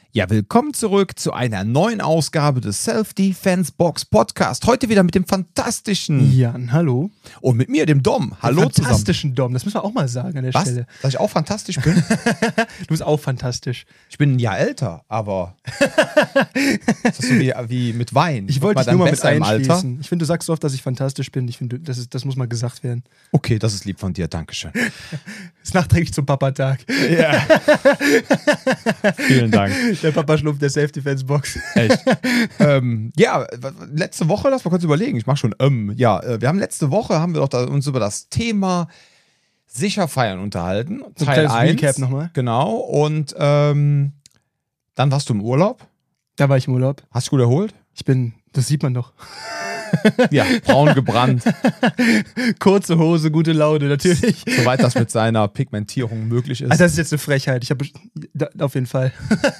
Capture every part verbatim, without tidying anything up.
Ja, willkommen zurück zu einer neuen Ausgabe des Self-Defense Box Podcast. Heute wieder mit dem fantastischen Jan, hallo. Und mit mir, dem Dom. Hallo dem zusammen. Fantastischen Dom, das müssen wir auch mal sagen an der Was? Stelle. Dass ich auch fantastisch bin? Du bist auch fantastisch. Ich bin ein Jahr älter, aber das ist so wie, wie mit Wein. Ich wollte Wird dich nur mal mit besser im Alter? einschließen. Ich finde, du sagst so oft, dass ich fantastisch bin. Ich finde, das, ist, das muss mal gesagt werden. Okay, das ist lieb von dir, Dankeschön. Ist nachträglich zum Papatag. Ja. Vielen Dank. Der Papa schlumpft der Self-Defense-Box. Echt? ähm, ja, letzte Woche, lass mal kurz überlegen, ich mach schon ähm, ja, äh, wir haben letzte Woche, haben wir doch da uns über das Thema sicher feiern unterhalten. So ein Teil kleines eins. Recap nochmal. Genau, und ähm, dann warst du im Urlaub. Da war ich im Urlaub. Hast du gut erholt? Ich bin, das sieht man doch. Ja, braun gebrannt. Kurze Hose, gute Laune, natürlich. Soweit das mit seiner Pigmentierung möglich ist. Also das ist jetzt eine Frechheit. Ich habe auf jeden Fall.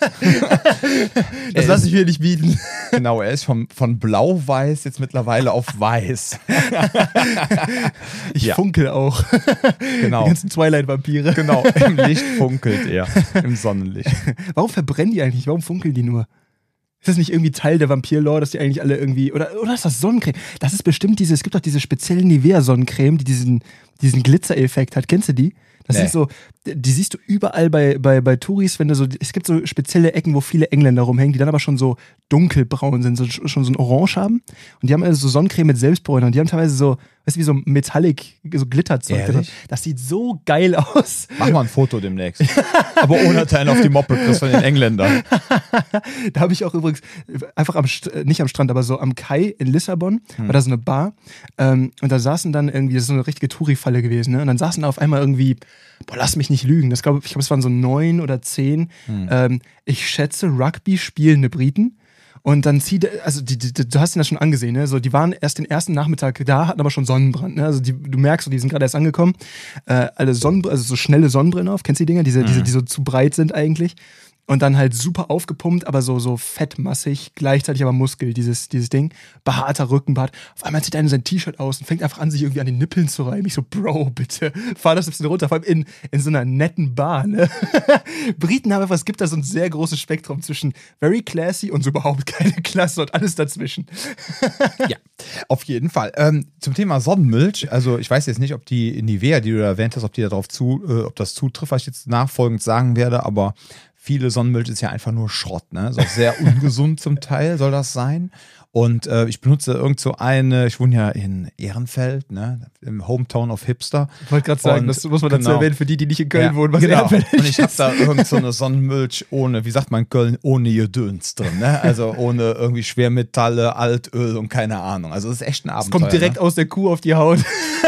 Das lasse ich mir nicht bieten. Genau, er ist vom, von blau-weiß jetzt mittlerweile auf weiß. Ich Ja. funkel auch. Genau. Die ganzen Twilight-Vampire. Genau, im Licht funkelt er. Im Sonnenlicht. Warum verbrennen die eigentlich? Warum funkeln die nur? Ist das nicht irgendwie Teil der Vampir-Lore, dass die eigentlich alle irgendwie. Oder, oder ist das Sonnencreme? Das ist bestimmt diese. Es gibt doch diese spezielle Nivea-Sonnencreme, die diesen, diesen Glitzer-Effekt hat. Kennst du die? Das Nee. sind so. Die siehst du überall bei, bei, bei Touris, wenn du so. Es gibt so spezielle Ecken, wo viele Engländer rumhängen, die dann aber schon so dunkelbraun sind, so, schon so ein Orange haben. Und die haben also so Sonnencreme mit Selbstbräuner. Und die haben teilweise so. Weißt du, wie so Metallic, so Glitterzeug. Ehrlich? Das sieht so geil aus. Mach mal ein Foto demnächst. Aber ohne Teilen auf die Moppe, das von den Engländern. Da habe ich auch übrigens einfach am, St- nicht am Strand, aber so am Kai in Lissabon, Hm. war da so eine Bar. Ähm, und da saßen dann irgendwie, das ist so eine richtige Touri-Falle gewesen, ne? Und dann saßen da auf einmal irgendwie, boah, lass mich nicht lügen, das glaub, ich glaube, es waren so neun oder zehn, Hm. ähm, ich schätze, Rugby spielende Briten. Und dann zieht, er- also die, die, du hast ihn das schon angesehen, ne? So, die waren erst den ersten Nachmittag da, hatten aber schon Sonnenbrand, ne? Also die, du merkst, so, die sind gerade erst angekommen. Äh, alle Sonnenbr- also so schnelle Sonnenbrillen auf, kennst du die Dinger? Diese, diese, die so zu breit sind eigentlich. Und dann halt super aufgepumpt, aber so, so fettmassig, gleichzeitig aber Muskel, dieses, dieses Ding. Behaarter Rückenbart. Auf einmal zieht einer sein T-Shirt aus und fängt einfach an, sich irgendwie an den Nippeln zu reiben. Ich so, Bro, bitte, fahr das ein bisschen runter. Vor allem in, in so einer netten Bar, ne? Briten haben einfach, es gibt da so ein sehr großes Spektrum zwischen very classy und so überhaupt keine Klasse und alles dazwischen. Ja, auf jeden Fall. Ähm, zum Thema Sonnenmilch, also ich weiß jetzt nicht, ob die Nivea, die du da erwähnt hast, ob die darauf zu, äh, ob das zutrifft, was ich jetzt nachfolgend sagen werde, aber viele Sonnenmilch ist ja einfach nur Schrott, ne? Ist auch sehr ungesund zum Teil, soll das sein. Und äh, ich benutze irgend so eine, ich wohne ja in Ehrenfeld, ne? Im Hometown of Hipster. Ich wollte gerade sagen, Und das muss man dazu genau. erwähnen, für die, die nicht in Köln Ja, wohnen, was genau. Ehrenfeld Und ich habe ist. da irgend so eine Sonnenmilch ohne, wie sagt man in Köln, ohne Gedöns drin, ne? Also ohne irgendwie Schwermetalle, Altöl und keine Ahnung. Also das ist echt ein Es Abenteuer. kommt direkt ne? aus der Kuh auf die Haut.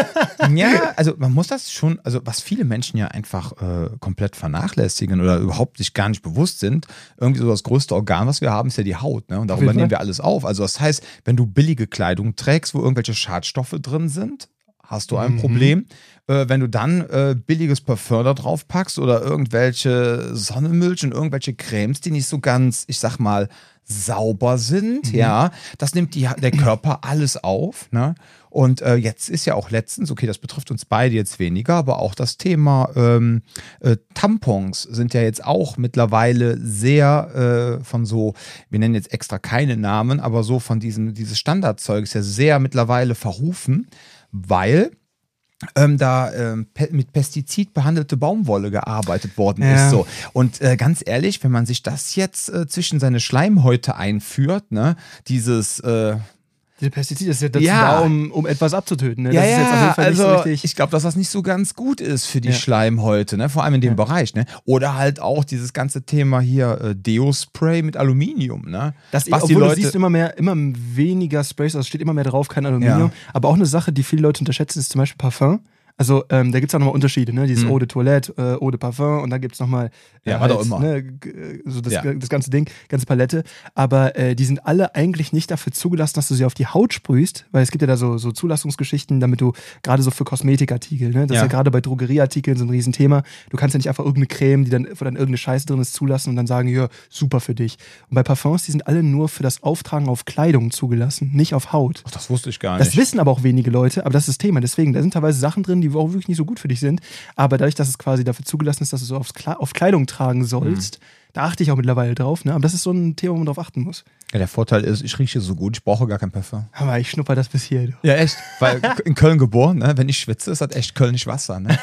Ja, also man muss das schon, also was viele Menschen ja einfach äh, komplett vernachlässigen oder überhaupt sich gar nicht bewusst sind, irgendwie so das größte Organ, was wir haben, ist ja die Haut, ne? Und darüber jeden nehmen Fall. wir alles auf. Also das heißt, wenn du billige Kleidung trägst, wo irgendwelche Schadstoffe drin sind, hast du ein Mhm. Problem. Äh, wenn du dann äh, billiges Parfum da drauf packst oder irgendwelche Sonnenmilch und irgendwelche Cremes, die nicht so ganz, ich sag mal, sauber sind, ja, das nimmt die, der Körper alles auf, ne? Und äh, jetzt ist ja auch letztens, okay, das betrifft uns beide jetzt weniger, aber auch das Thema ähm, äh, Tampons sind ja jetzt auch mittlerweile sehr äh, von so, wir nennen jetzt extra keine Namen, aber so von diesem, dieses Standardzeug ist ja sehr mittlerweile verrufen, weil ähm, da ähm, pe mit Pestizid behandelte Baumwolle gearbeitet worden Ja. ist. So. Und äh, ganz ehrlich, wenn man sich das jetzt äh, zwischen seine Schleimhäute einführt, ne, dieses äh, Diese Pestizide ist ja dazu Ja. da, um, um etwas abzutöten. Ne? ja, Das ist ja, jetzt auf jeden Fall also nicht so richtig. ich glaube, dass das nicht so ganz gut ist für die Ja. Schleimhäute, ne? Vor allem in dem Ja. Bereich. Ne? Oder halt auch dieses ganze Thema hier äh, Deo-Spray mit Aluminium. Ne? Das, Was obwohl die du Leute, siehst immer mehr, immer weniger Sprays, also es steht immer mehr drauf, kein Aluminium. Ja. Aber auch eine Sache, die viele Leute unterschätzen, ist zum Beispiel Parfum. Also ähm, da gibt es auch nochmal Unterschiede, ne? Dieses Mhm. Eau de Toilette, äh, Eau de Parfum und dann gibt es nochmal äh, Ja, was auch immer. Ne, g- äh, so das, Ja. das ganze Ding, ganze Palette. Aber äh, die sind alle eigentlich nicht dafür zugelassen, dass du sie auf die Haut sprühst, weil es gibt ja da so, so Zulassungsgeschichten, damit du gerade so für Kosmetikartikel, ne? Das Ja. ist ja gerade bei Drogerieartikeln so ein Riesenthema. Du kannst ja nicht einfach irgendeine Creme, die dann, wo dann irgendeine Scheiße drin ist, zulassen und dann sagen, ja, super für dich. Und bei Parfums, die sind alle nur für das Auftragen auf Kleidung zugelassen, nicht auf Haut. Ach, das wusste ich gar Das nicht. wissen aber auch wenige Leute, aber das ist das Thema. Deswegen, da sind teilweise Sachen drin, die auch wirklich nicht so gut für dich sind. Aber dadurch, dass es quasi dafür zugelassen ist, dass du so aufs Kle auf Kleidung tragen sollst, Da achte ich auch mittlerweile drauf, ne? Aber das ist so ein Thema, wo man drauf achten muss. Ja, der Vorteil ist, ich rieche so gut, ich brauche gar kein Parfum. Aber ich schnupper das bis hier. Du. Ja, echt. Weil in Köln geboren, ne? Wenn ich schwitze, ist das echt kölnisch Wasser. Ne?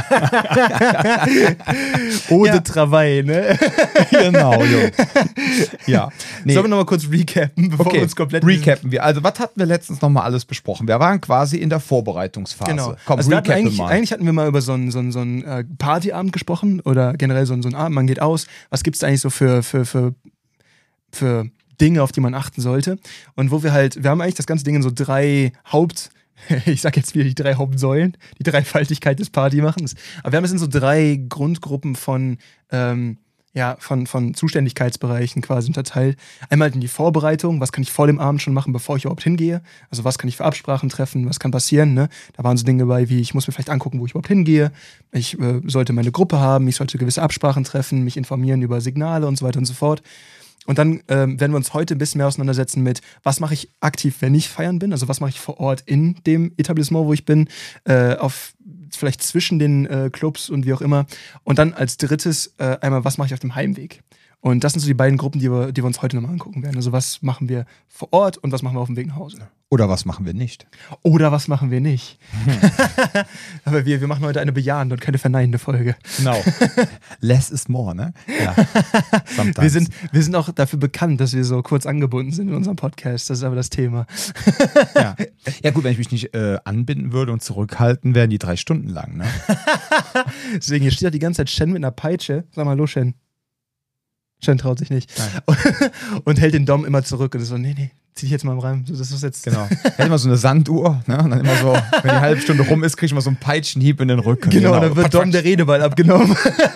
Eau de Ja. Travail, ne? Genau, jo. Ja. Nee. Sollen wir nochmal kurz recappen, bevor Okay, wir uns komplett... recappen wir. Also, was hatten wir letztens nochmal alles besprochen? Wir waren quasi in der Vorbereitungsphase. Genau. Komm, also wir hatten recappe eigentlich, mal. eigentlich hatten wir mal über so einen so einen, so einen äh, Partyabend gesprochen oder generell so einen, so einen Abend, man geht aus. Was gibt es eigentlich so für, für, für, für Dinge, auf die man achten sollte? Und wo wir halt, wir haben eigentlich das ganze Ding in so drei Haupt... Ich sag jetzt wieder die drei Hauptsäulen, die Dreifaltigkeit des Partymachens. Aber wir haben es in so drei Grundgruppen von, ähm, ja, von, von Zuständigkeitsbereichen quasi unterteilt. Einmal in die Vorbereitung, was kann ich vor dem Abend schon machen, bevor ich überhaupt hingehe? Also was kann ich für Absprachen treffen, was kann passieren? Ne? Da waren so Dinge dabei wie, ich muss mir vielleicht angucken, wo ich überhaupt hingehe. Ich äh, sollte meine Gruppe haben, ich sollte gewisse Absprachen treffen, mich informieren über Signale und so weiter und so fort. Und dann ähm, werden wir uns heute ein bisschen mehr auseinandersetzen mit, was mache ich aktiv, wenn ich feiern bin? Also was mache ich vor Ort in dem Etablissement, wo ich bin, äh, auf vielleicht zwischen den äh, Clubs und wie auch immer. Und dann als drittes äh, einmal, was mache ich auf dem Heimweg? Und das sind so die beiden Gruppen, die wir, die wir uns heute nochmal angucken werden. Also was machen wir vor Ort und was machen wir auf dem Weg nach Hause? Oder was machen wir nicht? Oder was machen wir nicht? Hm. Aber wir, wir machen heute eine bejahende und keine verneinende Folge. Genau. Less is more, ne? Ja. Wir sind, wir sind auch dafür bekannt, dass wir so kurz angebunden sind in unserem Podcast. Das ist aber das Thema. Ja, ja gut, wenn ich mich nicht äh, anbinden würde und zurückhalten, wären die drei Stunden lang, ne? Deswegen, hier steht doch die ganze Zeit Shen mit einer Peitsche. Sag mal, hallo Shen. Shen traut sich nicht. Und, und hält den Dom immer zurück. Und ist so, nee, nee, zieh dich jetzt mal im Reim. Das ist jetzt. Genau. Er hat immer so eine Sanduhr, ne? Und dann immer so, wenn die halbe Stunde rum ist, kriege ich mal so einen Peitschenhieb in den Rücken. Genau, genau. Dann wird Dom der Redeball abgenommen.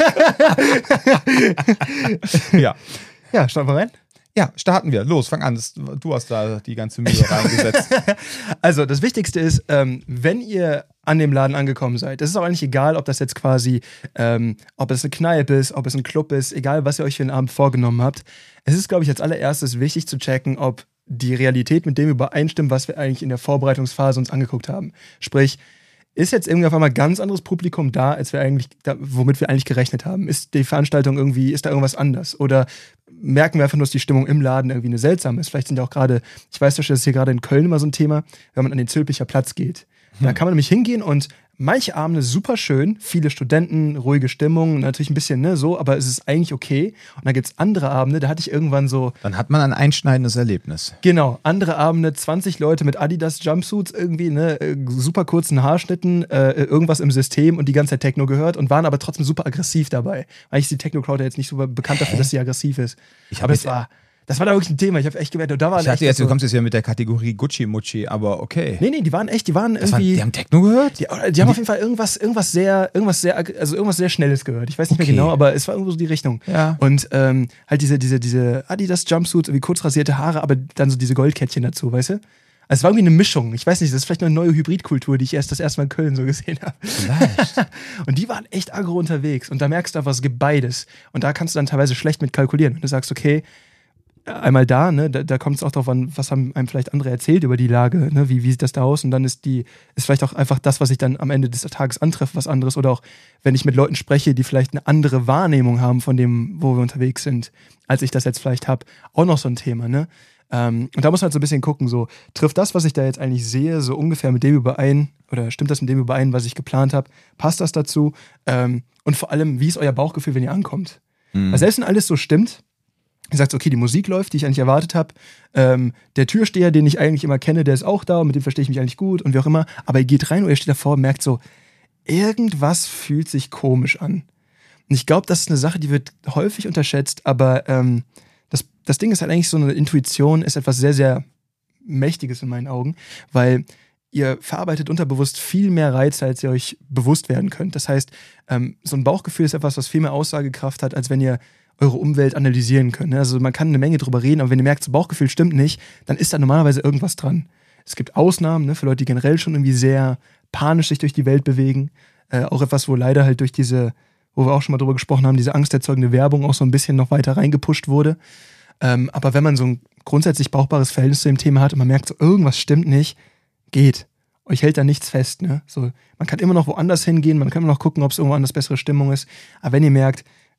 Ja. Ja, starten wir rein? Ja, starten wir. Los, fang an. Das, du hast da die ganze Mühe reingesetzt. Also, das Wichtigste ist, ähm, wenn ihr an dem Laden angekommen seid, es ist auch eigentlich egal, ob das jetzt quasi, ähm, ob es eine Kneipe ist, ob es ein Club ist, egal, was ihr euch für den Abend vorgenommen habt. Es ist, glaube ich, als allererstes wichtig zu checken, ob die Realität mit dem übereinstimmt, was wir eigentlich in der Vorbereitungsphase uns angeguckt haben. Sprich, ist jetzt irgendwie auf einmal ganz anderes Publikum da, als wir eigentlich, da, womit wir eigentlich gerechnet haben? Ist die Veranstaltung irgendwie, ist da irgendwas anders? Oder merken wir einfach nur, dass die Stimmung im Laden irgendwie eine seltsame ist? Vielleicht sind ja auch gerade, ich weiß doch, das ist hier gerade in Köln immer so ein Thema, wenn man an den Zülpicher Platz geht. Hm. Da kann man nämlich hingehen und manche Abende super schön, viele Studenten, ruhige Stimmung, natürlich ein bisschen, ne, so, aber es ist eigentlich okay. Und dann gibt es andere Abende, da hatte ich irgendwann so... Dann hat man ein einschneidendes Erlebnis. Genau, andere Abende, zwanzig Leute mit Adidas-Jumpsuits irgendwie, ne, super kurzen Haarschnitten, äh, irgendwas im System und die ganze Zeit Techno gehört und waren aber trotzdem super aggressiv dabei. Eigentlich ist die Techno-Crowd ja jetzt nicht super bekannt dafür, dass sie aggressiv ist. Ich aber es war... Das war da wirklich ein Thema. Ich habe echt gemerkt, da waren ich dachte echt jetzt, so, du kommst jetzt ja mit der Kategorie Gucci-Mucci, aber okay. Nee, nee, die waren echt, die waren Das irgendwie... Waren, die haben Techno gehört? Die, die haben auf jeden Fall irgendwas, irgendwas sehr, irgendwas sehr, also irgendwas sehr Schnelles gehört. Ich weiß nicht okay. mehr genau, aber es war irgendwo so die Richtung. Ja. Und ähm, halt diese, diese, diese Adidas-Jumpsuits, irgendwie kurz rasierte Haare, aber dann so diese Goldkettchen dazu, weißt du? Also es war irgendwie eine Mischung. Ich weiß nicht, das ist vielleicht eine neue Hybridkultur, die ich erst das erste Mal in Köln so gesehen habe. Vielleicht. Und die waren echt aggro unterwegs. Und da merkst du einfach, es gibt beides. Und da kannst du dann teilweise schlecht mit kalkulieren. Wenn du sagst, okay, einmal da, ne, da, da kommt es auch darauf an, was haben einem vielleicht andere erzählt über die Lage, ne, wie, wie sieht das da aus? Und dann ist die, ist vielleicht auch einfach das, was ich dann am Ende des Tages antreffe, was anderes. Oder auch, wenn ich mit Leuten spreche, die vielleicht eine andere Wahrnehmung haben von dem, wo wir unterwegs sind, als ich das jetzt vielleicht habe, auch noch so ein Thema, ne? Ähm, und da muss man halt so ein bisschen gucken, so, trifft das, was ich da jetzt eigentlich sehe, so ungefähr mit dem überein, oder stimmt das mit dem überein, was ich geplant habe? Passt das dazu? Ähm, und vor allem, wie ist euer Bauchgefühl, wenn ihr ankommt? Mhm. Weil selbst wenn alles so stimmt, ihr sagt, okay, die Musik läuft, die ich eigentlich erwartet habe. Ähm, der Türsteher, den ich eigentlich immer kenne, der ist auch da und mit dem verstehe ich mich eigentlich gut und wie auch immer. Aber ihr geht rein und ihr steht davor und merkt so, irgendwas fühlt sich komisch an. Und ich glaube, das ist eine Sache, die wird häufig unterschätzt, aber ähm, das, das Ding ist halt eigentlich so, eine Intuition ist etwas sehr, sehr Mächtiges in meinen Augen, weil ihr verarbeitet unterbewusst viel mehr Reize, als ihr euch bewusst werden könnt. Das heißt, ähm, so ein Bauchgefühl ist etwas, was viel mehr Aussagekraft hat, als wenn ihr eure Umwelt analysieren könnt. Also man kann eine Menge drüber reden, aber wenn ihr merkt, das Bauchgefühl stimmt nicht, dann ist da normalerweise irgendwas dran. Es gibt Ausnahmen, ne, für Leute, die generell schon irgendwie sehr panisch sich durch die Welt bewegen. Äh, auch etwas, wo leider halt durch diese, wo wir auch schon mal drüber gesprochen haben, diese angsterzeugende Werbung auch so ein bisschen noch weiter reingepusht wurde. Ähm, aber wenn man so ein grundsätzlich brauchbares Verhältnis zu dem Thema hat und man merkt, so irgendwas stimmt nicht, geht. Euch hält da nichts fest. Ne? So, man kann immer noch woanders hingehen, man kann immer noch gucken, ob es irgendwo anders bessere Stimmung ist. Aber wenn ihr merkt,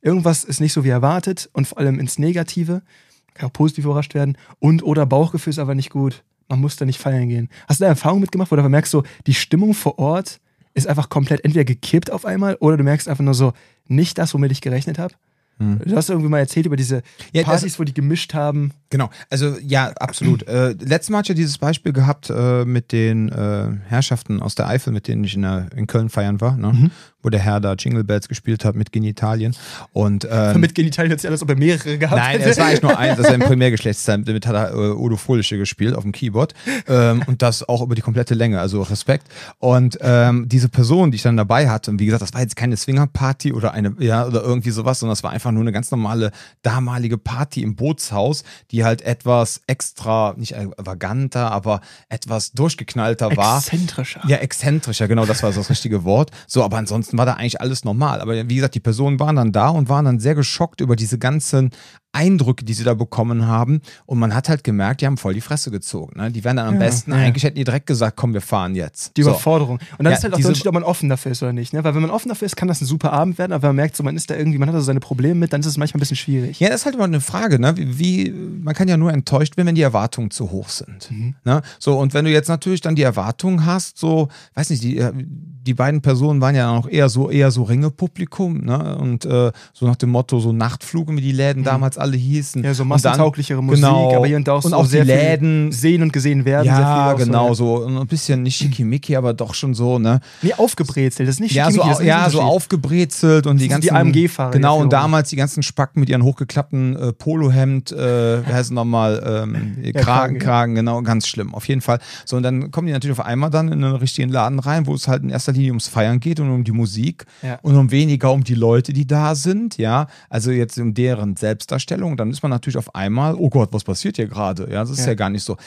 irgendwas ist nicht so wie erwartet und vor allem ins Negative, kann auch positiv überrascht werden und oder Bauchgefühl ist aber nicht gut, man muss da nicht feiern gehen. Hast du da Erfahrung mitgemacht, wo du merkst, so die Stimmung vor Ort ist einfach komplett entweder gekippt auf einmal oder du merkst einfach nur so, nicht das, womit ich gerechnet habe? Hm. Du hast irgendwie mal erzählt über diese ja, Partys, wo die gemischt haben. Genau, also ja, absolut. äh, letztes Mal hatte ich ja dieses Beispiel gehabt äh, mit den äh, Herrschaften aus der Eifel, mit denen ich in, der, in Köln feiern war, ne? Mhm. Wo der Herr da Jingle Bells gespielt hat mit Genitalien. Und, ähm, mit Genitalien hört sich alles, als ob er mehrere gehabt Nein, hätte. es war eigentlich nur eins, das ist ein Primärgeschlechtsteil. Damit hat er äh, Udo Fröhliche gespielt auf dem Keyboard. Ähm, und das auch über die komplette Länge, also Respekt. Und ähm, diese Person, die ich dann dabei hatte, und wie gesagt, das war jetzt keine Swingerparty oder eine, ja, oder irgendwie sowas, sondern das war einfach nur eine ganz normale damalige Party im Bootshaus, die halt etwas extra, nicht extravaganter, aber etwas durchgeknallter war. Exzentrischer. Ja, exzentrischer, genau, das war so das richtige Wort. So, aber ansonsten war da eigentlich alles normal. Aber wie gesagt, die Personen waren dann da und waren dann sehr geschockt über diese ganzen Eindrücke, die sie da bekommen haben. Und man hat halt gemerkt, die haben voll die Fresse gezogen. Ne? Die wären dann am ja, besten, ja. eigentlich hätten die direkt gesagt, komm, wir fahren jetzt. Die so. Überforderung. Und dann ja, ist halt auch diese, der Unterschied, ob man offen dafür ist oder nicht. Ne? Weil wenn man offen dafür ist, kann das ein super Abend werden, aber wenn man merkt, so, man ist da irgendwie, man hat da so seine Probleme mit, dann ist es manchmal ein bisschen schwierig. Ja, das ist halt immer eine Frage, ne? Wie, wie man kann ja nur enttäuscht werden, wenn die Erwartungen zu hoch sind. Mhm. Ne? So, und wenn du jetzt natürlich dann die Erwartungen hast, so, weiß nicht, die, die beiden Personen waren ja auch eher so, eher so Ringe-Publikum, ne? Und äh, so nach dem Motto, so Nachtflug, wie die Läden mhm. damals alle hießen. Ja, so massentauglichere Musik, genau, aber hier und da auch und so auch sehr die Läden sehen und gesehen werden. Ja, sehr viel genau, so, so ein bisschen nicht schickimicki, aber doch schon so, ne? Nee, aufgebrezelt, das ist nicht ja, so, das ist ja, so aufgebrezelt und die ganzen die A M G-Fahrer. Genau, und damals die ganzen Spacken mit ihren hochgeklappten äh, Polohemd, äh, wie heißt es nochmal, ähm, ja, Kragen, Kragen, ja. Kragen, genau, ganz schlimm, auf jeden Fall. So, und dann kommen die natürlich auf einmal dann in einen richtigen Laden rein, wo es halt in erster Linie ums Feiern geht und um die Musik ja. und um weniger um die Leute, die da sind, ja, also jetzt um deren Selbstdarstellung. Dann ist man natürlich auf einmal, oh Gott, was passiert hier gerade? Ja, das ist ja. ja gar nicht so.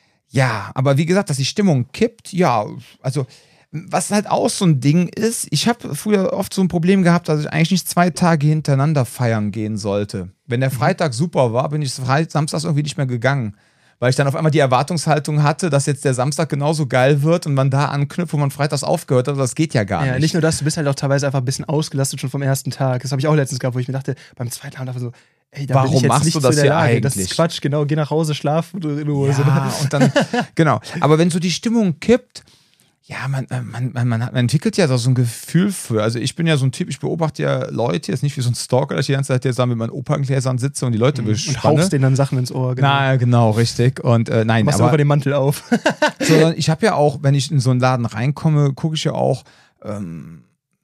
Ja, aber wie gesagt, dass die Stimmung kippt, ja, also was halt auch so ein Ding ist, ich habe früher oft so ein Problem gehabt, dass ich eigentlich nicht zwei Tage hintereinander feiern gehen sollte. Wenn der Freitag super war, bin ich samstags irgendwie nicht mehr gegangen. Weil ich dann auf einmal die Erwartungshaltung hatte, dass jetzt der Samstag genauso geil wird und man da anknüpft, wo man freitags aufgehört hat. Das geht ja gar ja, nicht. Nicht nur das, du bist halt auch teilweise einfach ein bisschen ausgelastet schon vom ersten Tag. Das habe ich auch letztens gehabt, wo ich mir dachte, beim zweiten Abend einfach so, ey, da warum bin ich jetzt machst nicht du das zu hier Lage. eigentlich? Das ist Quatsch, genau, geh nach Hause, schlaf in Ruhe. Ja, und dann, genau. Aber wenn so die Stimmung kippt, ja, man, man, man, man entwickelt ja so ein Gefühl für. Also ich bin ja so ein Typ, ich beobachte ja Leute, jetzt nicht wie so ein Stalker, dass ich die ganze Zeit jetzt mit meinen Operngläsern sitze und die Leute mhm. bespanne. Und haust denen dann Sachen ins Ohr. Genau. Na, genau, richtig. Und äh, nein, machst aber... Machst einfach den Mantel auf. Sondern ich habe ja auch, wenn ich in so einen Laden reinkomme, gucke ich ja auch, ähm,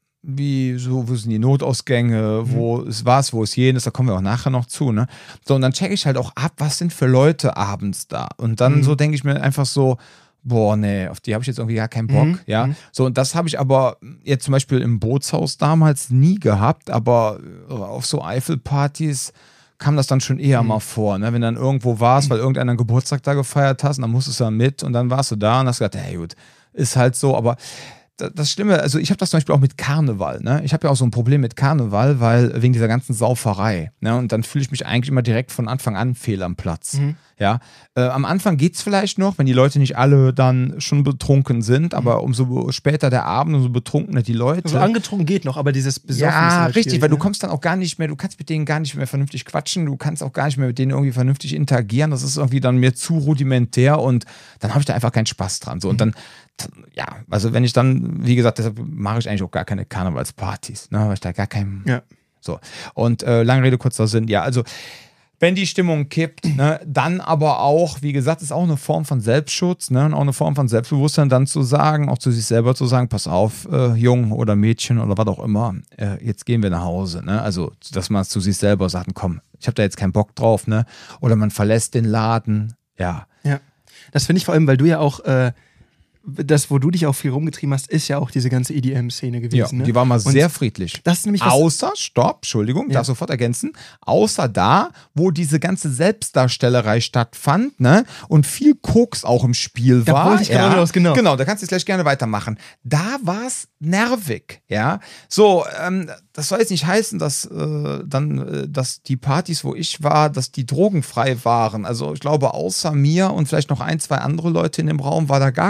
wie, so, wo sind die Notausgänge, wo mhm. ist was, wo ist jenes, da kommen wir auch nachher noch zu, ne? So, und dann checke ich halt auch ab, was sind für Leute abends da. Und dann mhm. so denke ich mir einfach so, boah, nee, auf die habe ich jetzt irgendwie gar keinen Bock, mhm. ja. So, und das habe ich aber jetzt zum Beispiel im Bootshaus damals nie gehabt, aber auf so Eifelpartys kam das dann schon eher mhm. mal vor, ne? Wenn dann irgendwo warst, weil irgendeiner einen Geburtstag da gefeiert hast und dann musstest du da mit und dann warst du da und hast gesagt, hey gut, ist halt so, aber das Schlimme, also ich habe das zum Beispiel auch mit Karneval, ne? Ich habe ja auch so ein Problem mit Karneval, weil wegen dieser ganzen Sauferei, ne? Und dann fühle ich mich eigentlich immer direkt von Anfang an fehl am Platz, mhm. ja? Äh, am Anfang geht's vielleicht noch, wenn die Leute nicht alle dann schon betrunken sind, aber mhm. umso später der Abend, umso betrunkener die Leute. Also angetrunken geht noch, aber dieses Besoffen ja, ist halt richtig, weil ne? du kommst dann auch gar nicht mehr, du kannst mit denen gar nicht mehr vernünftig quatschen, du kannst auch gar nicht mehr mit denen irgendwie vernünftig interagieren, das ist irgendwie dann mir zu rudimentär und dann habe ich da einfach keinen Spaß dran, so, und dann ja, also wenn ich dann, wie gesagt, deshalb mache ich eigentlich auch gar keine Karnevalspartys, ne, weil ich da gar keinen, ja. so. Und äh, lange Rede, kurzer Sinn, ja, also wenn die Stimmung kippt, ne, dann aber auch, wie gesagt, ist auch eine Form von Selbstschutz, ne, und auch eine Form von Selbstbewusstsein, dann zu sagen, auch zu sich selber zu sagen, pass auf, äh, Jung oder Mädchen oder was auch immer, äh, jetzt gehen wir nach Hause, ne, also, dass man zu sich selber sagt, komm, ich habe da jetzt keinen Bock drauf, ne, oder man verlässt den Laden, ja. Ja, das finde ich vor allem, weil du ja auch, äh, das, wo du dich auch viel rumgetrieben hast, ist ja auch diese ganze E D M-Szene gewesen. Ja, ne? die war mal und sehr friedlich. Das ist nämlich was außer, stopp, Entschuldigung, ja. darf sofort ergänzen, außer da, wo diese ganze Selbstdarstellerei stattfand, ne, und viel Koks auch im Spiel da war. wollte ich ja, gerade raus, genau. Genau, da kannst du jetzt gleich gerne weitermachen. Da war es nervig, ja. So, ähm, das soll jetzt nicht heißen, dass äh, dann, äh, dass die Partys, wo ich war, dass die drogenfrei waren. Also ich glaube, außer mir und vielleicht noch ein, zwei andere Leute in dem Raum war da gar keiner drogenfrei.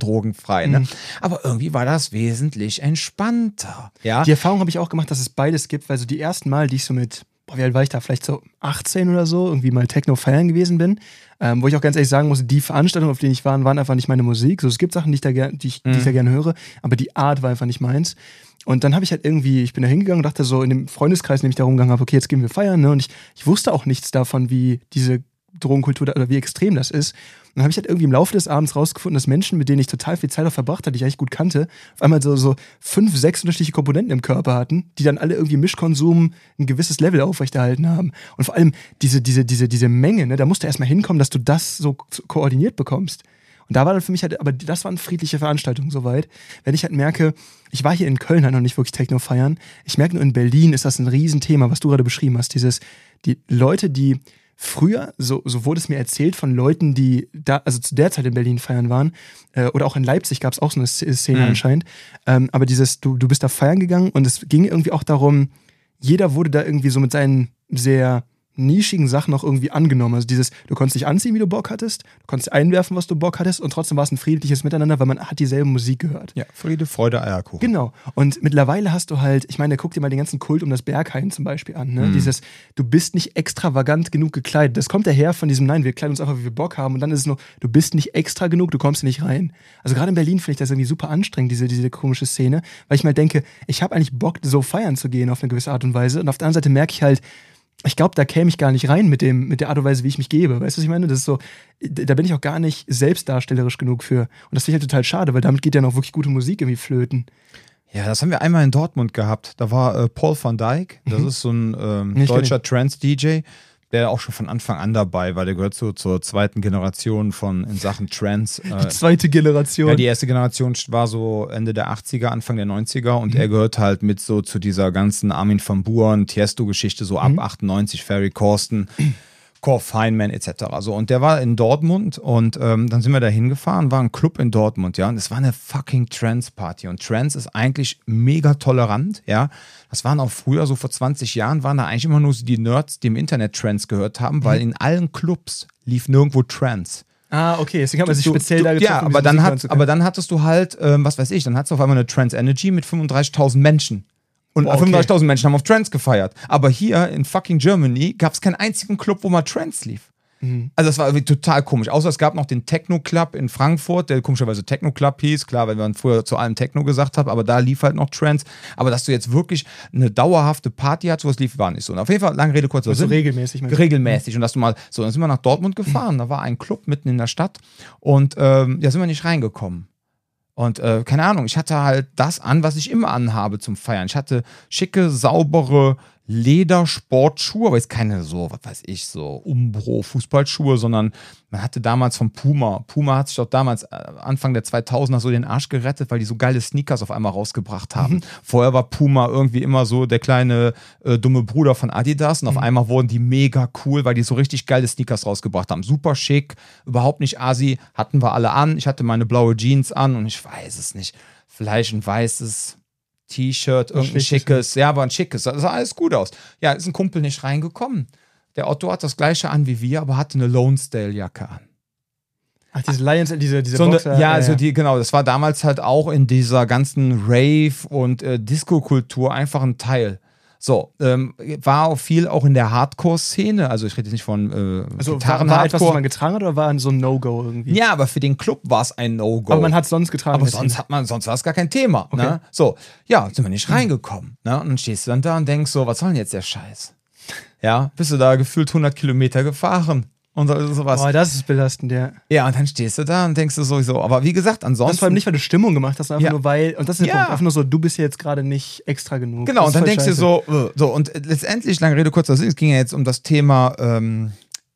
drogenfrei. Ne? Aber irgendwie war das wesentlich entspannter. Ja? Die Erfahrung habe ich auch gemacht, dass es beides gibt, weil so die ersten Mal, die ich so mit, boah, wie alt war ich da, vielleicht so achtzehn oder so, irgendwie mal Techno feiern gewesen bin, ähm, wo ich auch ganz ehrlich sagen muss, die Veranstaltungen, auf denen ich war, waren einfach nicht meine Musik. So, es gibt Sachen, die ich da ger- die ich, die ich da gerne höre, aber die Art war einfach nicht meins. Und dann habe ich halt irgendwie, ich bin da hingegangen und dachte so, in dem Freundeskreis, in dem ich da rumgegangen habe, okay, jetzt gehen wir feiern, ne? Und ich, ich wusste auch nichts davon, wie diese Drogenkultur da, oder wie extrem das ist. Und dann habe ich halt irgendwie im Laufe des Abends rausgefunden, dass Menschen, mit denen ich total viel Zeit auch verbracht habe, die ich eigentlich gut kannte, auf einmal so, so fünf, sechs unterschiedliche Komponenten im Körper hatten, die dann alle irgendwie im Mischkonsum ein gewisses Level aufrechterhalten haben. Und vor allem diese, diese, diese, diese Menge, ne, da musst du erstmal hinkommen, dass du das so koordiniert bekommst. Und da war dann für mich halt, aber das waren friedliche Veranstaltungen soweit. Wenn ich halt merke, ich war hier in Köln halt noch nicht wirklich Techno feiern, ich merke nur in Berlin ist das ein Riesenthema, was du gerade beschrieben hast, dieses, die Leute, die früher, so, so wurde es mir erzählt von Leuten, die da, also zu der Zeit in Berlin feiern waren, äh, oder auch in Leipzig gab es auch so eine Szene mhm. anscheinend, ähm, aber dieses, du, du bist da feiern gegangen und es ging irgendwie auch darum, jeder wurde da irgendwie so mit seinen sehr nischigen Sachen auch irgendwie angenommen. Also dieses, du konntest dich anziehen, wie du Bock hattest, du konntest einwerfen, was du Bock hattest und trotzdem war es ein friedliches Miteinander, weil man hat dieselbe Musik gehört. Ja, Friede, Freude, Eierkuchen. Genau. Und mittlerweile hast du halt, ich meine, guck dir mal den ganzen Kult um das Berghain zum Beispiel an, ne? Mhm. Dieses, du bist nicht extravagant genug gekleidet. Das kommt daher von diesem, nein, wir kleiden uns einfach, wie wir Bock haben und dann ist es nur, du bist nicht extra genug, du kommst nicht rein. Also gerade in Berlin finde ich das irgendwie super anstrengend, diese, diese komische Szene, weil ich mal denke, ich habe eigentlich Bock, so feiern zu gehen auf eine gewisse Art und Weise und auf der anderen Seite merke ich halt, ich glaube, da käme ich gar nicht rein mit, dem, mit der Art und Weise, wie ich mich gebe. Weißt du, was ich meine? Das ist so, da bin ich auch gar nicht selbstdarstellerisch genug für. Und das finde ich halt total schade, weil damit geht ja noch wirklich gute Musik irgendwie flöten. Ja, das haben wir einmal in Dortmund gehabt. Da war äh, Paul van Dyk, das mhm. ist so ein ähm, deutscher Trance-D J, der auch schon von Anfang an dabei war. Der gehört so zur zweiten Generation von in Sachen Trance. Äh, die zweite Generation. Ja, die erste Generation war so Ende der achtziger, Anfang der neunziger und mhm. er gehört halt mit so zu dieser ganzen Armin van Buuren, Tiesto-Geschichte, so ab mhm. achtundneunzig, Ferry Corsten, Core Feynman et cetera. So, und der war in Dortmund und ähm, dann sind wir da hingefahren, war ein Club in Dortmund, ja, und es war eine fucking Trance-Party und Trance ist eigentlich mega tolerant, ja. Das waren auch früher, so vor zwanzig Jahren, waren da eigentlich immer nur so die Nerds, die im Internet Trance gehört haben, weil mhm. in allen Clubs lief nirgendwo Trance. Ah, okay, deswegen hat man sich du, speziell du, da getroffen. Ja, aber dann, hat, aber dann hattest du halt, ähm, was weiß ich, dann hattest du auf einmal eine Trance Energy mit fünfunddreißigtausend Menschen. Und oh, okay. fünfunddreißigtausend Menschen haben auf Trance gefeiert. Aber hier in fucking Germany gab es keinen einzigen Club, wo mal Trance lief. Mhm. Also das war irgendwie total komisch. Außer es gab noch den Techno Club in Frankfurt, der komischerweise Techno Club hieß. Klar, weil man früher zu allem Techno gesagt hat, aber da lief halt noch Trance. Aber dass du jetzt wirklich eine dauerhafte Party hast, wo es lief, war nicht so. Und auf jeden Fall, lange Rede, kurzer Sinn. Also regelmäßig. Regelmäßig. Und dass du mal, so, dann sind wir nach Dortmund gefahren. Mhm. Da war ein Club mitten in der Stadt. Und ähm, ja, sind wir nicht reingekommen. Und äh, keine Ahnung, ich hatte halt das an, was ich immer anhabe zum Feiern. Ich hatte schicke, saubere Ledersportschuhe, aber jetzt keine so, was weiß ich, so Umbro-Fußballschuhe, sondern man hatte damals von Puma. Puma hat sich doch damals äh, Anfang der zweitausender so den Arsch gerettet, weil die so geile Sneakers auf einmal rausgebracht haben. Mhm. Vorher war Puma irgendwie immer so der kleine äh, dumme Bruder von Adidas und auf mhm. einmal wurden die mega cool, weil die so richtig geile Sneakers rausgebracht haben. Super schick, überhaupt nicht assi, hatten wir alle an. Ich hatte meine blaue Jeans an und ich weiß es nicht, vielleicht ein weißes T-Shirt, irgendein schickes, ja, aber ein schickes, das sah alles gut aus. Ja, ist ein Kumpel nicht reingekommen. Der Otto hat das gleiche an wie wir, aber hatte eine Lonesdale-Jacke an. Ach, diese Lions, diese, diese so Boxer. Eine, ja, also die, genau, das war damals halt auch in dieser ganzen Rave- und äh, Disco-Kultur einfach ein Teil. So, ähm, war auch viel auch in der Hardcore-Szene, also ich rede jetzt nicht von äh, also Gitarren war, war etwas, was man getragen hat oder war so ein No-Go irgendwie? Ja, aber für den Club war es ein No-Go. Aber man hat es sonst getragen. Aber sonst hat man, sonst war es gar kein Thema. Okay. Ne? So, ja, sind wir nicht reingekommen. Ne? Und dann stehst du dann da und denkst so, was soll denn jetzt der Scheiß? Ja, bist du da gefühlt hundert Kilometer gefahren. Und sowas. Boah, das ist belastend, ja. Ja, und dann stehst du da und denkst du sowieso, aber wie gesagt, ansonsten. Das vor allem nicht, weil du Stimmung gemacht hast, einfach ja. nur weil, und das ist der ja. Punkt, einfach nur so, du bist ja jetzt gerade nicht extra genug. Genau, und dann denkst scheiße. du so, so, und letztendlich, lange Rede, kurzer Sinn, es ging ja jetzt um das Thema ähm,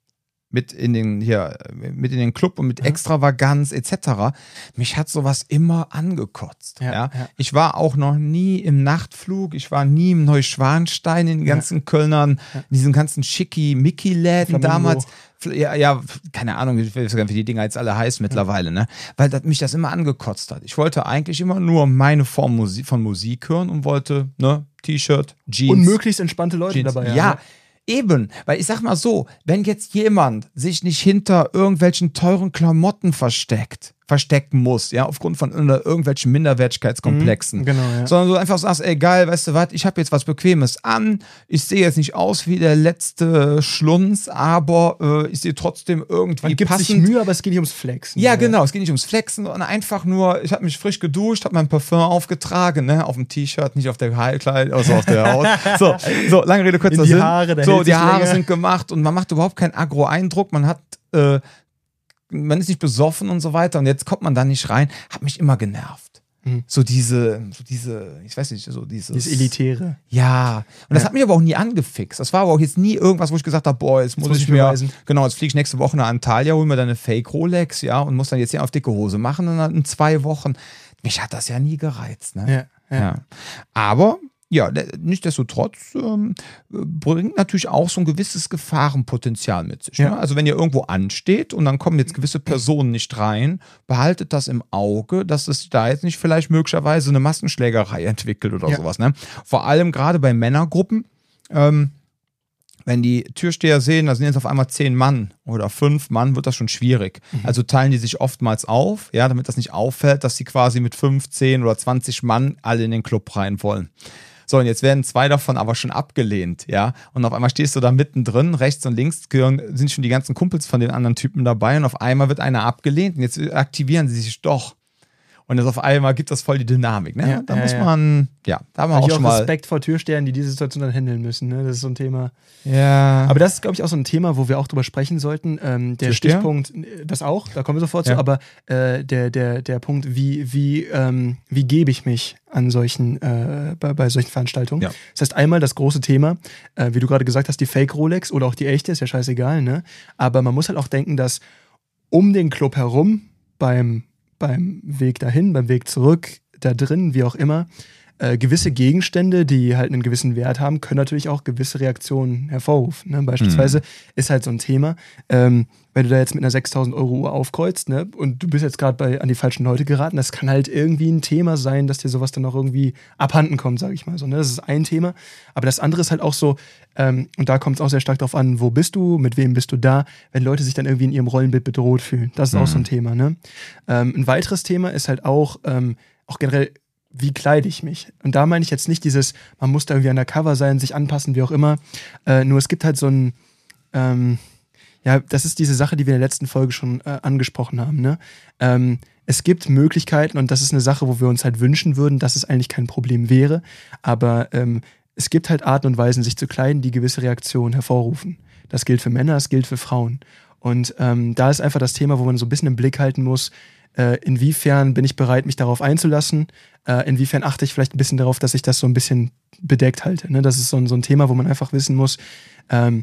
mit in den, hier, mit in den Club und mit Extravaganz et cetera. Mich hat sowas immer angekotzt. Ja, ja. Ja. Ich war auch noch nie im Nachtflug, ich war nie im Neuschwanstein, in den ganzen ja. Kölnern, ja. in diesen ganzen Schicki-Micki-Läden damals. Ja, ja, keine Ahnung, wie die Dinger jetzt alle heißen mittlerweile, ne? Weil das, mich das immer angekotzt hat. Ich wollte eigentlich immer nur meine Form Musik, von Musik hören und wollte, ne, T-Shirt, Jeans. Und möglichst entspannte Leute Jeans. dabei. Ja, ja. Eben, weil ich sag mal so, wenn jetzt jemand sich nicht hinter irgendwelchen teuren Klamotten versteckt, verstecken musst, ja, aufgrund von irgendwelchen Minderwertigkeitskomplexen. Mhm, genau, ja. Sondern du einfach sagst, ey, geil, weißt du was, ich habe jetzt was Bequemes an, ich sehe jetzt nicht aus wie der letzte Schlunz, aber äh, ich sehe trotzdem irgendwie Man gibt passend. sich Mühe, aber es geht nicht ums Flexen. Ja, genau, es geht nicht ums Flexen, sondern einfach nur, ich habe mich frisch geduscht, habe mein Parfum aufgetragen, ne, auf dem T-Shirt, nicht auf der Haarkleid, also auf der Haut. So, so, lange Rede, kurzer In die Sinn. Haare, da so, hält die sich Haare länger. sind gemacht und man macht überhaupt keinen Agro-Eindruck, man hat, äh, man ist nicht besoffen und so weiter und jetzt kommt man da nicht rein, hat mich immer genervt. Mhm. So diese, so diese, ich weiß nicht, so dieses. Dieses Elitäre. Ja. Und das Ja. hat mich aber auch nie angefixt. Das war aber auch jetzt nie irgendwas, wo ich gesagt habe, boah, jetzt muss, muss ich ich mir, beweisen. genau, jetzt fliege ich nächste Woche nach Antalya, hol mir dann eine Fake-Rolex, ja, und muss dann jetzt hier auf dicke Hose machen und dann in zwei Wochen. Mich hat das ja nie gereizt, ne? Ja, ja. Ja. Aber, ja, nichtsdestotrotz ähm, bringt natürlich auch so ein gewisses Gefahrenpotenzial mit sich. Ja. Ne? Also wenn ihr irgendwo ansteht und dann kommen jetzt gewisse Personen nicht rein, behaltet das im Auge, dass es da jetzt nicht vielleicht möglicherweise eine Massenschlägerei entwickelt oder Ja. sowas. Ne? Vor allem gerade bei Männergruppen, ähm, wenn die Türsteher sehen, da sind jetzt auf einmal zehn Mann oder fünf Mann, wird das schon schwierig. Mhm. Also teilen die sich oftmals auf, ja, damit das nicht auffällt, dass sie quasi mit fünf, zehn oder zwanzig Mann alle in den Club rein wollen. So, und jetzt werden zwei davon aber schon abgelehnt, ja. Und auf einmal stehst du da mittendrin, rechts und links sind schon die ganzen Kumpels von den anderen Typen dabei und auf einmal wird einer abgelehnt und jetzt aktivieren sie sich doch. Und jetzt auf einmal gibt das voll die Dynamik, ne? Ja, da ja, muss ja. man, ja, da haben wir Hab auch ich schon auch mal. Respekt vor Türstehern, die diese Situation dann handeln müssen. Ne? Das ist so ein Thema. Ja. Aber das ist, glaube ich, auch so ein Thema, wo wir auch drüber sprechen sollten. Ähm, der Türsteher? Stichpunkt, das auch, da kommen wir sofort Ja. zu, aber äh, der, der, der Punkt, wie, wie, ähm, wie gebe ich mich an solchen, äh, bei, bei solchen Veranstaltungen? Ja. Das heißt, einmal das große Thema, äh, wie du gerade gesagt hast, die Fake-Rolex oder auch die echte, ist ja scheißegal, ne? Aber man muss halt auch denken, dass um den Club herum, beim, beim Weg dahin, beim Weg zurück, da drin, wie auch immer, äh, gewisse Gegenstände, die halt einen gewissen Wert haben, können natürlich auch gewisse Reaktionen hervorrufen. Ne? Beispielsweise mhm. ist halt so ein Thema, ähm, wenn du da jetzt mit einer sechstausend Euro Uhr aufkreuzt, ne, und du bist jetzt gerade an die falschen Leute geraten, das kann halt irgendwie ein Thema sein, dass dir sowas dann auch irgendwie abhanden kommt, sage ich mal so. Ne? Das ist ein Thema. Aber das andere ist halt auch so, ähm, und da kommt es auch sehr stark drauf an, wo bist du, mit wem bist du da, wenn Leute sich dann irgendwie in ihrem Rollenbild bedroht fühlen. Das ist mhm. auch so ein Thema. Ne? Ähm, ein weiteres Thema ist halt auch, ähm, auch generell, wie kleide ich mich? Und da meine ich jetzt nicht dieses, man muss da irgendwie undercover sein, sich anpassen, wie auch immer. Äh, nur es gibt halt so ein, ähm, ja, das ist diese Sache, die wir in der letzten Folge schon äh, angesprochen haben. Ne? Ähm, es gibt Möglichkeiten und das ist eine Sache, wo wir uns halt wünschen würden, dass es eigentlich kein Problem wäre. Aber ähm, es gibt halt Arten und Weisen, sich zu kleiden, die gewisse Reaktionen hervorrufen. Das gilt für Männer, das gilt für Frauen. Und ähm, da ist einfach das Thema, wo man so ein bisschen im Blick halten muss, äh, inwiefern bin ich bereit, mich darauf einzulassen, äh, inwiefern achte ich vielleicht ein bisschen darauf, dass ich das so ein bisschen bedeckt halte. Ne? Das ist so ein, so ein Thema, wo man einfach wissen muss, ähm,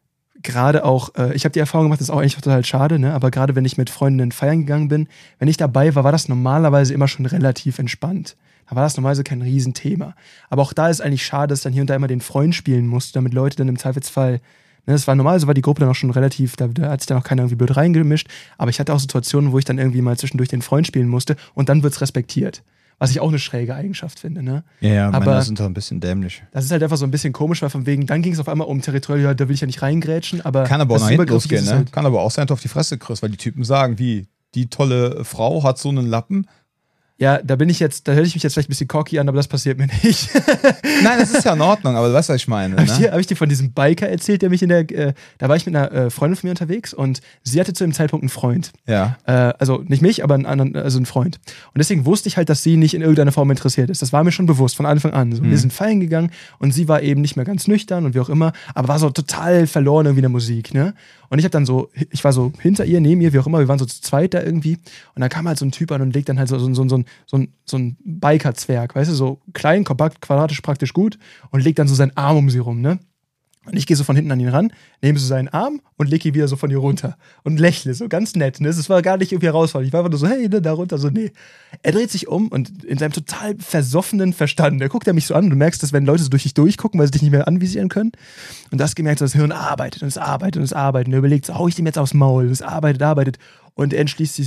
gerade auch, äh, ich habe die Erfahrung gemacht, das ist auch eigentlich total schade, ne? Aber gerade wenn ich mit Freundinnen feiern gegangen bin, wenn ich dabei war, war das normalerweise immer schon relativ entspannt. Da war das normalerweise kein Riesenthema. Aber auch da ist eigentlich schade, dass dann hier und da immer den Freund spielen musste, damit Leute dann im Zweifelsfall, ne, das war normalerweise war die Gruppe dann auch schon relativ, da, da hat sich dann auch keiner irgendwie blöd reingemischt, aber ich hatte auch Situationen, wo ich dann irgendwie mal zwischendurch den Freund spielen musste und dann wird's respektiert. Was ich auch eine schräge Eigenschaft finde, ne? Ja, ja, aber Männer sind doch ein bisschen dämlich. Das ist halt einfach so ein bisschen komisch, weil von wegen, dann ging es auf einmal um Territorial, ja, da will ich ja nicht reingrätschen, aber Kann aber auch das nach ist hinten übergriffig, losgehen, ist ne? halt- Kann aber auch sein, dass du auf die Fresse kriegst, weil die Typen sagen, wie, die tolle Frau hat so einen Lappen. Ja, da bin ich jetzt, da höre ich mich jetzt vielleicht ein bisschen cocky an, aber das passiert mir nicht. Nein, das ist ja in Ordnung, aber du weißt, was ich meine. Habe ich, Ne? dir- hab ich dir von diesem Biker erzählt, der mich in der, äh, da war ich mit einer äh, Freundin von mir unterwegs und sie hatte zu dem Zeitpunkt einen Freund. Ja. Äh, also nicht mich, aber einen anderen, also einen Freund. Und deswegen wusste ich halt, dass sie nicht in irgendeiner Form interessiert ist. Das war mir schon bewusst von Anfang an. So, Mhm. Wir sind feiern gegangen und sie war eben nicht mehr ganz nüchtern und wie auch immer, aber war so total verloren irgendwie in der Musik, ne? Und ich habe dann so, ich war so hinter ihr, neben ihr, wie auch immer, wir waren so zu zweit da irgendwie und dann kam halt so ein Typ an und legt dann halt so, so, so, so, so, so, so ein Biker-Zwerg, weißt du, so klein, kompakt, quadratisch, praktisch gut und legt dann so seinen Arm um sie rum, ne? Und ich gehe so von hinten an ihn ran, nehme so seinen Arm und lege ihn wieder so von ihr runter und lächle so ganz nett. Ne? Das war gar nicht irgendwie herausfordernd. Ich war einfach nur so, hey, ne, da runter, so, nee. Er dreht sich um und in seinem total versoffenen Verstand, da guckt er mich so an. Du merkst, dass wenn Leute so durch dich durchgucken, weil sie dich nicht mehr anvisieren können. Und das gemerkt, so das Hirn arbeitet und es arbeitet und es arbeitet. Und er überlegt, so, hau ich dem jetzt aufs Maul? Und es arbeitet, arbeitet. Und er entschließt sich so,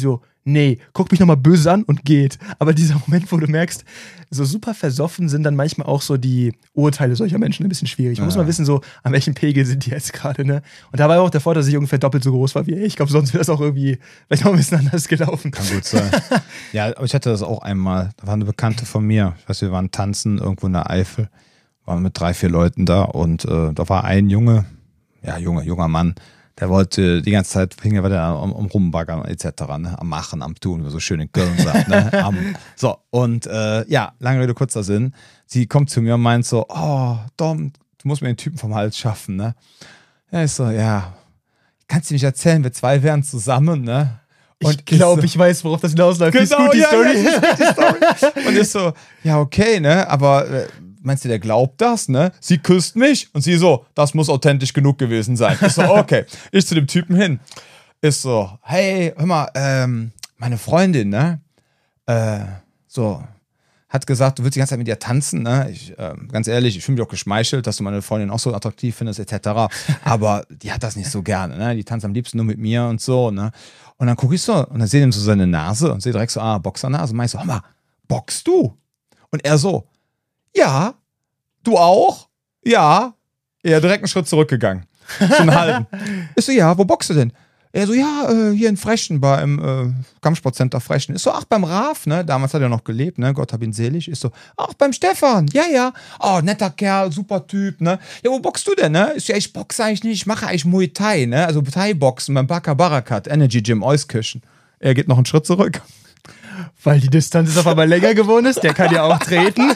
nee, guckt mich nochmal böse an und geht. Aber dieser Moment, wo du merkst, so super versoffen sind dann manchmal auch so die Urteile solcher Menschen ein bisschen schwierig. Man ja. muss mal wissen, so, an welchem Pegel sind die jetzt gerade, ne? Und da war ja auch der Vorteil, dass ich ungefähr doppelt so groß war wie er. Ich glaube, sonst wäre das auch irgendwie vielleicht noch ein bisschen anders gelaufen. Kann gut sein. Ja, aber ich hatte das auch einmal. Da war eine Bekannte von mir. Ich weiß, wir waren tanzen irgendwo in der Eifel. Waren mit drei, vier Leuten da und äh, da war ein Junge, ja, Junge, junger Mann, der wollte die ganze Zeit, fing er da um, um Rumbaggern et cetera, ne, am Machen, am Tun, wie man so schön in Köln sagt. Ne, am, so, und äh, ja, lange Rede, kurzer Sinn. Sie kommt zu mir und meint so, oh, Dom, du musst mir den Typen vom Hals schaffen, ne? Ja, ich so, ja, kannst du nicht erzählen, wir zwei wären zusammen, ne? Und ich glaube, so, ich weiß, worauf das hinausläuft. Genau, die ja, Story. Ja, die Story. Und ich so, ja, okay, ne, aber äh, meinst du, der glaubt das, ne? Sie küsst mich und sie so, das muss authentisch genug gewesen sein. Ich so, okay. Ich zu dem Typen hin. Ich so, hey, hör mal, ähm, meine Freundin, ne? Äh, so, hat gesagt, du willst die ganze Zeit mit ihr tanzen, ne? Ich, äh, ganz ehrlich, ich fühle mich auch geschmeichelt, dass du meine Freundin auch so attraktiv findest, et cetera. Aber die hat das nicht so gerne, ne? Die tanzt am liebsten nur mit mir und so, ne? Und dann gucke ich so und dann sehe ich ihm so seine Nase und sehe direkt so, ah, Boxernase. Und mach ich so, hör mal, boxst du? Und er so, ja, du auch? Ja. Er direkt einen Schritt zurückgegangen. So einen halben. Ich so, ja, wo boxst du denn? Er so, ja, äh, hier in Frechen, beim äh, Kampfsportcenter Frechen. Ich so, ach, beim Raf, ne? Damals hat er noch gelebt, ne? Gott hab ihn selig. Ich so, ach, beim Stefan. Ja, ja. Oh, netter Kerl, super Typ, ne? Ja, wo boxst du denn, ne? Ich so, ja, ich boxe eigentlich nicht, ich mache eigentlich Muay Thai, ne? Also Thai-Boxen beim Baka Barakat, Energy Gym, Euskirchen. Er geht noch einen Schritt zurück. Weil die Distanz ist auf einmal länger geworden ist, der kann ja auch treten.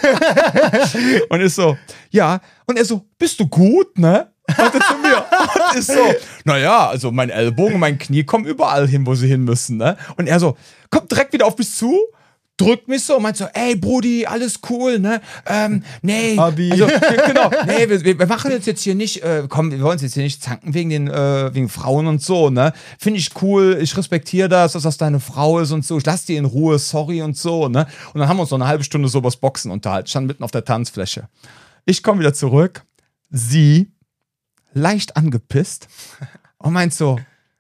Und ist so, ja. Und er so, bist du gut, ne? Meinte zu mir. Und ist so, naja, also mein Ellbogen, mein Knie kommen überall hin, wo sie hin müssen, ne? Und er so, kommt direkt wieder auf mich zu, drückt mich so und meint so, ey Brudi, alles cool, ne? Ähm, nee. Abi. Also, genau, nee, wir, wir machen jetzt, jetzt hier nicht, äh, komm, wir wollen uns jetzt hier nicht zanken wegen den, äh, wegen Frauen und so, ne? Finde ich cool, ich respektiere das, dass das deine Frau ist und so, ich lass die in Ruhe, sorry und so, ne? Und dann haben wir uns so eine halbe Stunde so übers Boxen unterhalten, stand mitten auf der Tanzfläche. Ich komme wieder zurück, sie leicht angepisst und meint so,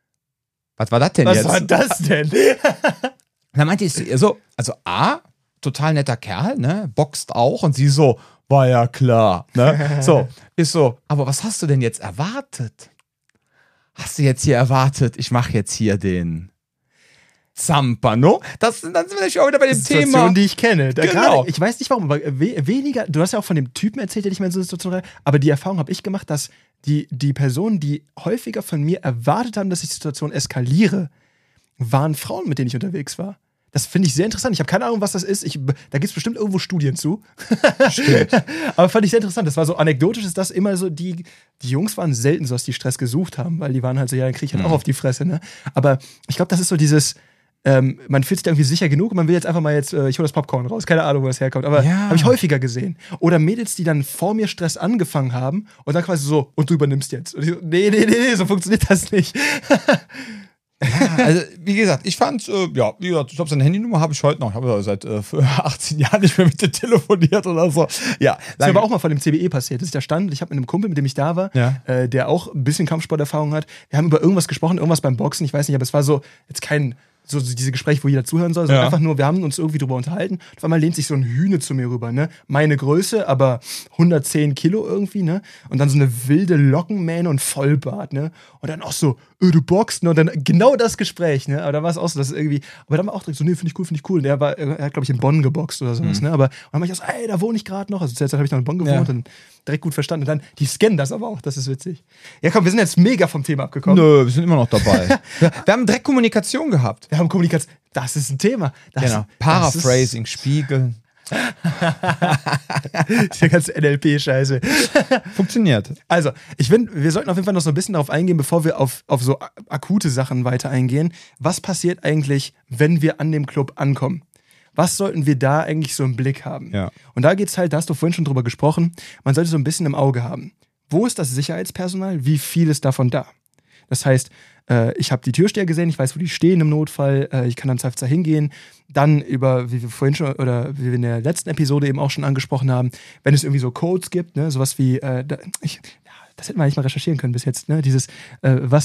was war das denn was jetzt? Was war das denn? Und dann meinte ich so, so, also A, total netter Kerl, ne, boxt auch und sie so, war ja klar, ne, so, ist so, aber was hast du denn jetzt erwartet? Hast du jetzt hier erwartet, ich mache jetzt hier den Zampano? Das, dann sind wir schon wieder bei dem Situation, Thema. die ich kenne. Da genau. Grade, ich weiß nicht warum, aber we weniger, du hast ja auch von dem Typen erzählt, der nicht mehr in so einer Situation war, aber die Erfahrung habe ich gemacht, dass die, die Personen, die häufiger von mir erwartet haben, dass ich die Situation eskaliere, waren Frauen, mit denen ich unterwegs war. Das finde ich sehr interessant. Ich habe keine Ahnung, was das ist. Ich, da gibt es bestimmt irgendwo Studien zu. Stimmt. Aber fand ich sehr interessant. Das war so anekdotisch, ist das immer so, die, die Jungs waren selten so, dass die Stress gesucht haben, weil die waren halt so, ja, dann krieg ich halt mhm. auch auf die Fresse, ne? Aber ich glaube, das ist so dieses, ähm, man fühlt sich da irgendwie sicher genug und man will jetzt einfach mal jetzt, äh, ich hole das Popcorn raus, keine Ahnung, wo das herkommt, aber ja. habe ich häufiger gesehen. Oder Mädels, die dann vor mir Stress angefangen haben und dann quasi so, und du übernimmst jetzt. Und ich so, nee, nee, nee, nee, so funktioniert das nicht. Ja, also wie gesagt, ich fand, äh, ja, wie gesagt, ich glaube, seine Handynummer habe ich heute noch. Ich habe seit äh, achtzehn Jahren nicht mehr mit dir telefoniert oder so. Ja, das ist aber auch mal von dem C B E passiert, dass ich da stand. Ich habe mit einem Kumpel, mit dem ich da war, ja. äh, der auch ein bisschen Kampfsporterfahrung hat. Wir haben über irgendwas gesprochen, irgendwas beim Boxen, ich weiß nicht, aber es war so, jetzt kein, so diese Gespräche, wo jeder zuhören soll, sondern ja. einfach nur, wir haben uns irgendwie drüber unterhalten. Auf einmal lehnt sich so ein Hühne zu mir rüber, ne? Meine Größe, aber hundertzehn Kilo irgendwie, ne? Und dann so eine wilde Lockenmähne und Vollbart, ne? Und dann auch so, öh, du boxst, ne? Und dann genau das Gespräch, ne? Aber da war es auch so, dass irgendwie, aber dann war auch direkt so, nee, finde ich cool, finde ich cool. Und der war, er hat, glaube ich, in Bonn geboxt oder sowas, mhm. ne? Aber und dann war ich auch so, ey, da wohne ich gerade noch. Also zuerst habe ich noch in Bonn gewohnt ja. und direkt gut verstanden. Und dann, die scannen das aber auch, das ist witzig. Ja, komm, wir sind jetzt mega vom Thema abgekommen. Nö, wir sind immer noch dabei. wir, wir haben direkt Kommunikation gehabt. Wir haben Kommunikation. Das ist ein Thema. Das, genau. Paraphrasing, Spiegeln. Die ganze N L P-Scheiße. Funktioniert. Also, ich finde, wir sollten auf jeden Fall noch so ein bisschen darauf eingehen, bevor wir auf, auf so akute Sachen weiter eingehen. Was passiert eigentlich, wenn wir an dem Club ankommen? Was sollten wir da eigentlich so im Blick haben? Ja. Und da geht's halt, da hast du vorhin schon drüber gesprochen, man sollte so ein bisschen im Auge haben. Wo ist das Sicherheitspersonal? Wie viel ist davon da? Das heißt, äh, ich habe die Türsteher gesehen, ich weiß, wo die stehen im Notfall, äh, ich kann dann zweifelsfall hingehen. Dann über, wie wir vorhin schon, oder wie wir in der letzten Episode eben auch schon angesprochen haben, wenn es irgendwie so Codes gibt, ne, sowas wie, äh, da, ich, ja, das hätten wir eigentlich mal recherchieren können bis jetzt, ne, dieses, äh, was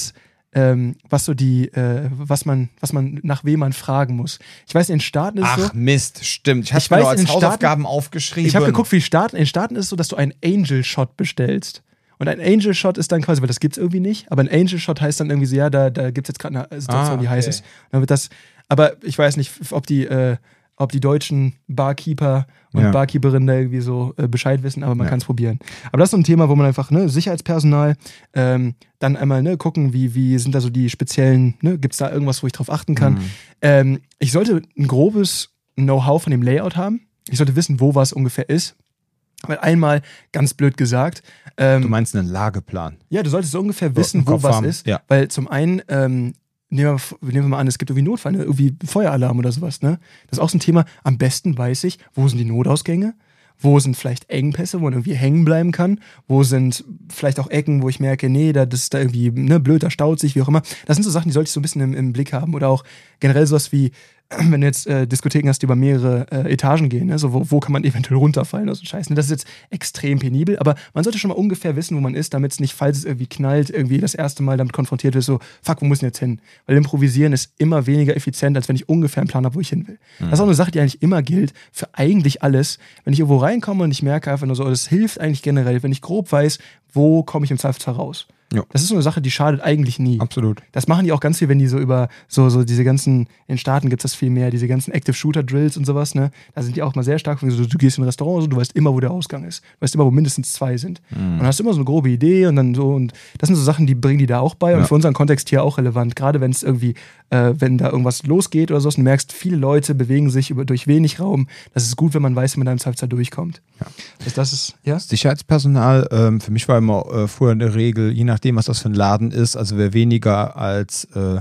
ähm, was so die, äh, was man, was man, nach wem man fragen muss. Ich weiß, in den Staaten ist es so. Ach Mist, stimmt. Ich habe Ich mir weiß, noch in als den Hausaufgaben aufgeschrieben. Ich habe geguckt, wie Staaten, in den Staaten ist es so, dass du einen Angel Shot bestellst. Und ein Angel Shot ist dann quasi, weil das gibt's irgendwie nicht, aber ein Angel Shot heißt dann irgendwie so, ja, da, da gibt's jetzt gerade eine Situation, Ah, die heiß okay. ist. Dann wird das, aber ich weiß nicht, ob die, äh, ob die deutschen Barkeeper und Ja. Barkeeperinnen da irgendwie so äh, Bescheid wissen, aber man Ja. kann es probieren. Aber das ist so ein Thema, wo man einfach, ne, Sicherheitspersonal, ähm, dann einmal, ne, gucken, wie, wie sind da so die speziellen, ne, gibt's da irgendwas, wo ich drauf achten kann. Mhm. Ähm, ich sollte ein grobes Know-how von dem Layout haben. Ich sollte wissen, wo was ungefähr ist. Weil einmal, ganz blöd gesagt, ähm, Du meinst einen Lageplan. ja, du solltest so ungefähr So, wissen, im wo Kopf was haben, ist. ja. Weil zum einen, ähm, nehmen, wir, nehmen wir mal an, es gibt irgendwie Notfall, ne? Irgendwie Feueralarm oder sowas. Ne? Das ist auch so ein Thema. Am besten weiß ich, wo sind die Notausgänge? Wo sind vielleicht Engpässe, wo man irgendwie hängen bleiben kann? Wo sind vielleicht auch Ecken, wo ich merke, nee, da, das ist da irgendwie ne, blöd, da staut sich, wie auch immer. Das sind so Sachen, die sollte ich so ein bisschen im, im Blick haben. Oder auch generell sowas wie, wenn du jetzt äh, Diskotheken hast, die über mehrere äh, Etagen gehen, ne? So, wo, wo kann man eventuell runterfallen oder so Scheiße. Ne? Das ist jetzt extrem penibel, aber man sollte schon mal ungefähr wissen, wo man ist, damit es nicht, falls es irgendwie knallt, irgendwie das erste Mal damit konfrontiert wird, so, fuck, wo muss ich denn jetzt hin? Weil Improvisieren ist immer weniger effizient, als wenn ich ungefähr einen Plan habe, wo ich hin will. Mhm. Das ist auch eine Sache, die eigentlich immer gilt, für eigentlich alles. Wenn ich irgendwo reinkomme und ich merke einfach nur so, das hilft eigentlich generell, wenn ich grob weiß, wo komme ich im Zweifelsfall raus. Ja. Das ist so eine Sache, die schadet eigentlich nie. Absolut. Das machen die auch ganz viel, wenn die so über so, so diese ganzen, in den Staaten gibt es das viel mehr, diese ganzen Active Shooter Drills und sowas, ne? Da sind die auch mal sehr stark, so, du gehst in ein Restaurant, so, du weißt immer, wo der Ausgang ist. Du weißt immer, wo mindestens zwei sind. Mhm. Und dann hast du immer so eine grobe Idee und dann so, und das sind so Sachen, die bringen die da auch bei und ja. für unseren Kontext hier auch relevant. Gerade wenn es irgendwie, äh, wenn da irgendwas losgeht oder so, und du merkst, viele Leute bewegen sich über, durch wenig Raum. Das ist gut, wenn man weiß, wie man da im Zweifelsfall durchkommt. Ja. Also das ist, ja? Sicherheitspersonal, ähm, für mich war immer äh, früher eine Regel, je nachdem, was das für ein Laden ist, also wer weniger als äh,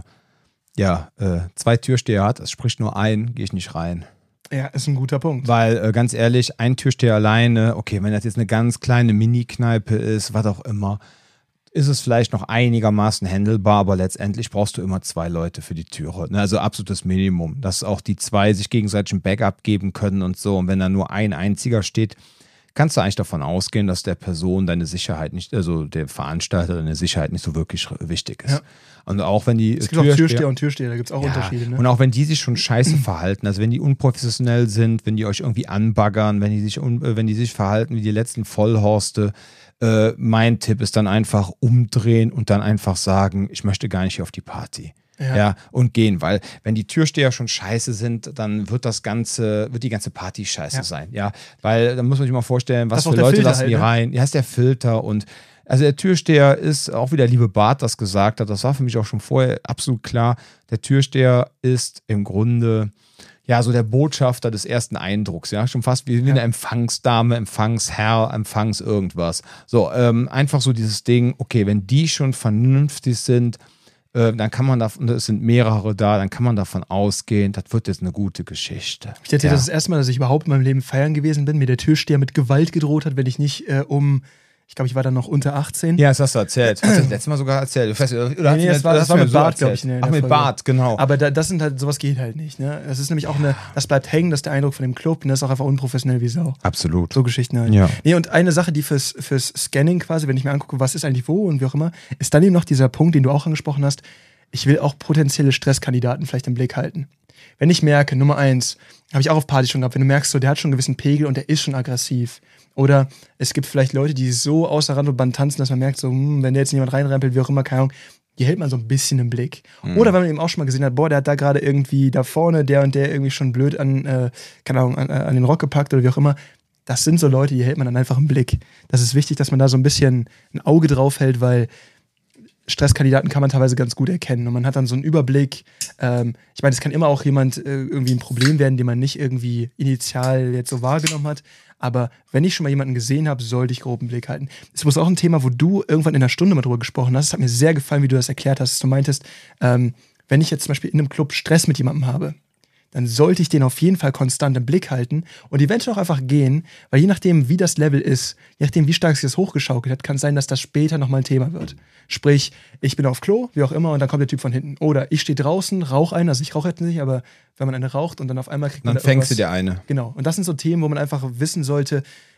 ja, äh, zwei Türsteher hat, das spricht nur ein, gehe ich nicht rein. Ja, ist ein guter Punkt. Weil, äh, ganz ehrlich, ein Türsteher alleine, okay, wenn das jetzt eine ganz kleine Mini-Kneipe ist, was auch immer, ist es vielleicht noch einigermaßen handelbar, aber letztendlich brauchst du immer zwei Leute für die Türe. Ne? Also absolutes Minimum, dass auch die zwei sich gegenseitig ein Backup geben können und so. Und wenn da nur ein einziger steht, kannst du eigentlich davon ausgehen, dass der Person deine Sicherheit nicht, also der Veranstalter deine Sicherheit nicht so wirklich wichtig ist. Ja. Und auch wenn die es gibt auch Türsteher und Türsteher, da gibt es auch ja, Unterschiede. Ne? Und auch wenn die sich schon scheiße verhalten, also wenn die unprofessionell sind, wenn die euch irgendwie anbaggern, wenn die sich, un, wenn die sich verhalten wie die letzten Vollhorste, äh, mein Tipp ist dann einfach umdrehen und dann einfach sagen, ich möchte gar nicht hier auf die Party. Ja. ja, und gehen, weil wenn die Türsteher schon scheiße sind, dann wird das ganze, wird die ganze Party scheiße ja. sein, ja, weil da muss man sich mal vorstellen, was für Leute lassen die rein, ja, ist der Filter und also der Türsteher ist, auch wie der liebe Bart das gesagt hat, das war für mich auch schon vorher absolut klar, der Türsteher ist im Grunde ja so der Botschafter des ersten Eindrucks, ja, schon fast wie, wie ja. eine Empfangsdame, Empfangsherr, Empfangs irgendwas, so, ähm, einfach so dieses Ding, okay, wenn die schon vernünftig sind, dann kann man davon, es sind mehrere da, dann kann man davon ausgehen, das wird jetzt eine gute Geschichte. Ich erzähle ja. das, das erste Mal, dass ich überhaupt in meinem Leben feiern gewesen bin, mir der Türsteher mit Gewalt gedroht hat, wenn ich nicht äh, um, ich glaube, ich war dann noch unter achtzehn. Ja, das hast du erzählt. Hast du das letzte Mal sogar erzählt? Oder nee, nee, das war, das war mit Bart, glaube ich. In der Ach, mit Folge. Bart, genau. Aber da, das sind halt, sowas geht halt nicht. Ne? Das ist nämlich auch eine, das bleibt hängen, das ist der Eindruck von dem Club und das ist auch einfach unprofessionell wie Sau. Absolut. So Geschichten halt. Ja. Nee, und eine Sache, die fürs, fürs Scanning quasi, wenn ich mir angucke, was ist eigentlich wo und wie auch immer, ist dann eben noch dieser Punkt, den du auch angesprochen hast, ich will auch potenzielle Stresskandidaten vielleicht im Blick halten. Wenn ich merke, Nummer eins, habe ich auch auf Partys schon gehabt, wenn du merkst, so, der hat schon einen gewissen Pegel und der ist schon aggressiv. Oder es gibt vielleicht Leute, die so außer Rand und Band tanzen, dass man merkt, so, hm, wenn der jetzt jemand reinrempelt, wie auch immer, keine Ahnung, die hält man so ein bisschen im Blick. Mhm. Oder wenn man eben auch schon mal gesehen hat, boah, der hat da gerade irgendwie da vorne, der und der irgendwie schon blöd an, äh, keine Ahnung, an, an den Rock gepackt oder wie auch immer. Das sind so Leute, die hält man dann einfach im Blick. Das ist wichtig, dass man da so ein bisschen ein Auge drauf hält, weil Stresskandidaten kann man teilweise ganz gut erkennen und man hat dann so einen Überblick. Ähm, ich meine, es kann immer auch jemand äh, irgendwie ein Problem werden, den man nicht irgendwie initial jetzt so wahrgenommen hat. Aber wenn ich schon mal jemanden gesehen habe, sollte ich grob einen Blick halten. Es ist auch ein Thema, wo du irgendwann in einer Stunde mal drüber gesprochen hast. Es hat mir sehr gefallen, wie du das erklärt hast. Du meintest, ähm, wenn ich jetzt zum Beispiel in einem Club Stress mit jemandem habe, dann sollte ich den auf jeden Fall konstant im Blick halten und eventuell auch einfach gehen, weil je nachdem, wie das Level ist, je nachdem, wie stark sich das hochgeschaukelt hat, kann es sein, dass das später nochmal ein Thema wird. Sprich, ich bin auf Klo, wie auch immer, und dann kommt der Typ von hinten. Oder ich stehe draußen, rauche einen, also ich rauche jetzt nicht, aber wenn man eine raucht und dann auf einmal kriegt man dann da fängst du dir eine. Genau. Und das sind so Themen, wo man einfach wissen sollte,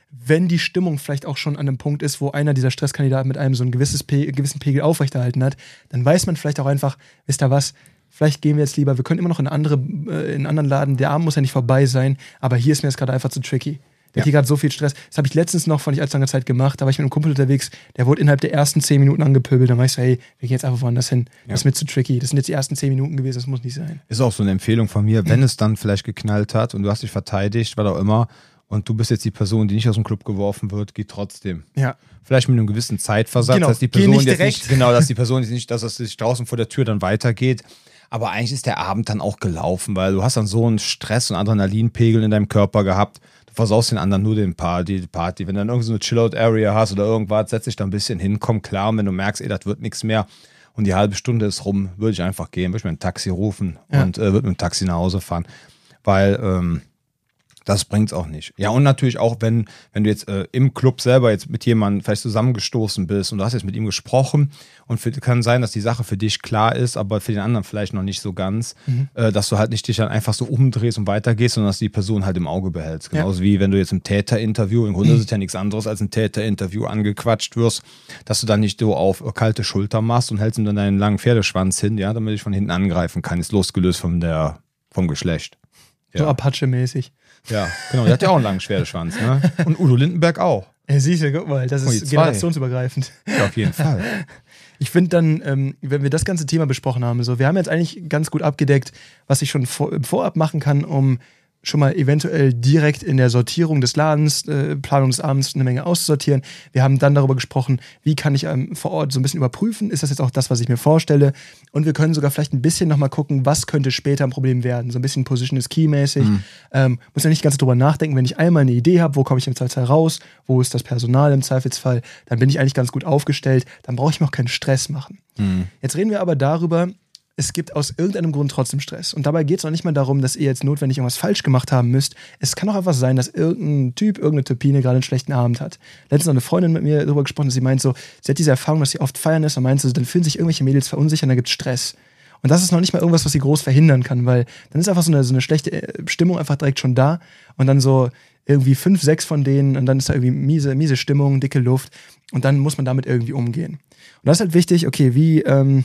wenn die Stimmung vielleicht auch schon an einem Punkt ist, wo einer dieser Stresskandidaten mit einem so einen gewisses Pe- gewissen Pegel aufrechterhalten hat, dann weiß man vielleicht auch einfach, wisst ihr was, vielleicht gehen wir jetzt lieber, wir können immer noch in, andere, äh, in einen anderen Laden, der Abend muss ja nicht vorbei sein, aber hier ist mir jetzt gerade einfach zu tricky. Der Ja. hat hier gerade so viel Stress. Das habe ich letztens noch vor nicht allzu langer Zeit gemacht. Da war ich mit einem Kumpel unterwegs, der wurde innerhalb der ersten zehn Minuten angepöbelt. Dann war ich so, hey, wir gehen jetzt einfach woanders hin. Ja. Das ist mir zu tricky. Das sind jetzt die ersten zehn Minuten gewesen, das muss nicht sein. Ist auch so eine Empfehlung von mir, wenn es dann vielleicht geknallt hat und du hast dich verteidigt, was auch immer, und du bist jetzt die Person, die nicht aus dem Club geworfen wird, geh trotzdem. Ja. Vielleicht mit einem gewissen Zeitversatz, Genau, dass die geh Person nicht jetzt direkt. nicht, genau, dass die Person jetzt nicht, dass es sich draußen vor der Tür dann weitergeht. Aber eigentlich ist der Abend dann auch gelaufen, weil du hast dann so einen Stress und Adrenalinpegel in deinem Körper gehabt. Du versaust den anderen nur den Party, die Party. Wenn du dann irgendwie so eine Chillout-Area hast oder irgendwas, setz dich da ein bisschen hin, komm klar. Und wenn du merkst, ey, das wird nichts mehr und die halbe Stunde ist rum, würde ich einfach gehen, würde ich mir ein Taxi rufen Ja. und äh, würde mit dem Taxi nach Hause fahren. Weil ähm, das bringt's auch nicht. Ja, und natürlich auch, wenn, wenn du jetzt äh, im Club selber jetzt mit jemandem vielleicht zusammengestoßen bist und du hast jetzt mit ihm gesprochen und für, kann sein, dass die Sache für dich klar ist, aber für den anderen vielleicht noch nicht so ganz, Mhm. äh, dass du halt nicht dich dann einfach so umdrehst und weitergehst, sondern dass du die Person halt im Auge behältst. Genauso wie wenn du jetzt im Täterinterview, im Grunde ist es ja nichts anderes als ein Täterinterview, angequatscht wirst, dass du dann nicht so auf kalte Schulter machst und hältst ihm dann deinen langen Pferdeschwanz hin, ja, damit ich von hinten angreifen kann, ist losgelöst von der, vom Geschlecht. So Ja. Apache-mäßig. Ja, genau. Der hat ja auch einen langen Pferdeschwanz, ne? Und Udo Lindenberg auch. Ja, siehst du, guck mal, das Oh, die ist zwei. generationsübergreifend. Ja, auf jeden Fall. Ich finde dann, ähm, wenn wir das ganze Thema besprochen haben, so, wir haben jetzt eigentlich ganz gut abgedeckt, was ich schon vor, im Vorab machen kann, um schon mal eventuell direkt in der Sortierung des Ladens, äh, Planung des Abends eine Menge auszusortieren. Wir haben dann darüber gesprochen, wie kann ich ähm, vor Ort so ein bisschen überprüfen, ist das jetzt auch das, was ich mir vorstelle? Und wir können sogar vielleicht ein bisschen nochmal gucken, was könnte später ein Problem werden. So ein bisschen Position is Key-mäßig. Mhm. Ähm, muss ja nicht ganz drüber nachdenken, wenn ich einmal eine Idee habe, wo komme ich im Zweifelsfall raus, wo ist das Personal im Zweifelsfall, dann bin ich eigentlich ganz gut aufgestellt, dann brauche ich mir auch keinen Stress machen. Mhm. Jetzt reden wir aber darüber, es gibt aus irgendeinem Grund trotzdem Stress. Und dabei geht es noch nicht mal darum, dass ihr jetzt notwendig irgendwas falsch gemacht haben müsst. Es kann auch einfach sein, dass irgendein Typ, irgendeine Typine gerade einen schlechten Abend hat. Letztens hat eine Freundin mit mir darüber gesprochen, dass sie meint so, sie hat diese Erfahrung, dass sie oft feiern ist und meint so, dann fühlen sich irgendwelche Mädels verunsichert und da gibt es Stress. Und das ist noch nicht mal irgendwas, was sie groß verhindern kann, weil dann ist einfach so eine, so eine schlechte äh, Stimmung einfach direkt schon da und dann so irgendwie fünf, sechs von denen und dann ist da irgendwie miese, miese Stimmung, dicke Luft und dann muss man damit irgendwie umgehen. Und das ist halt wichtig, okay, wie, ähm,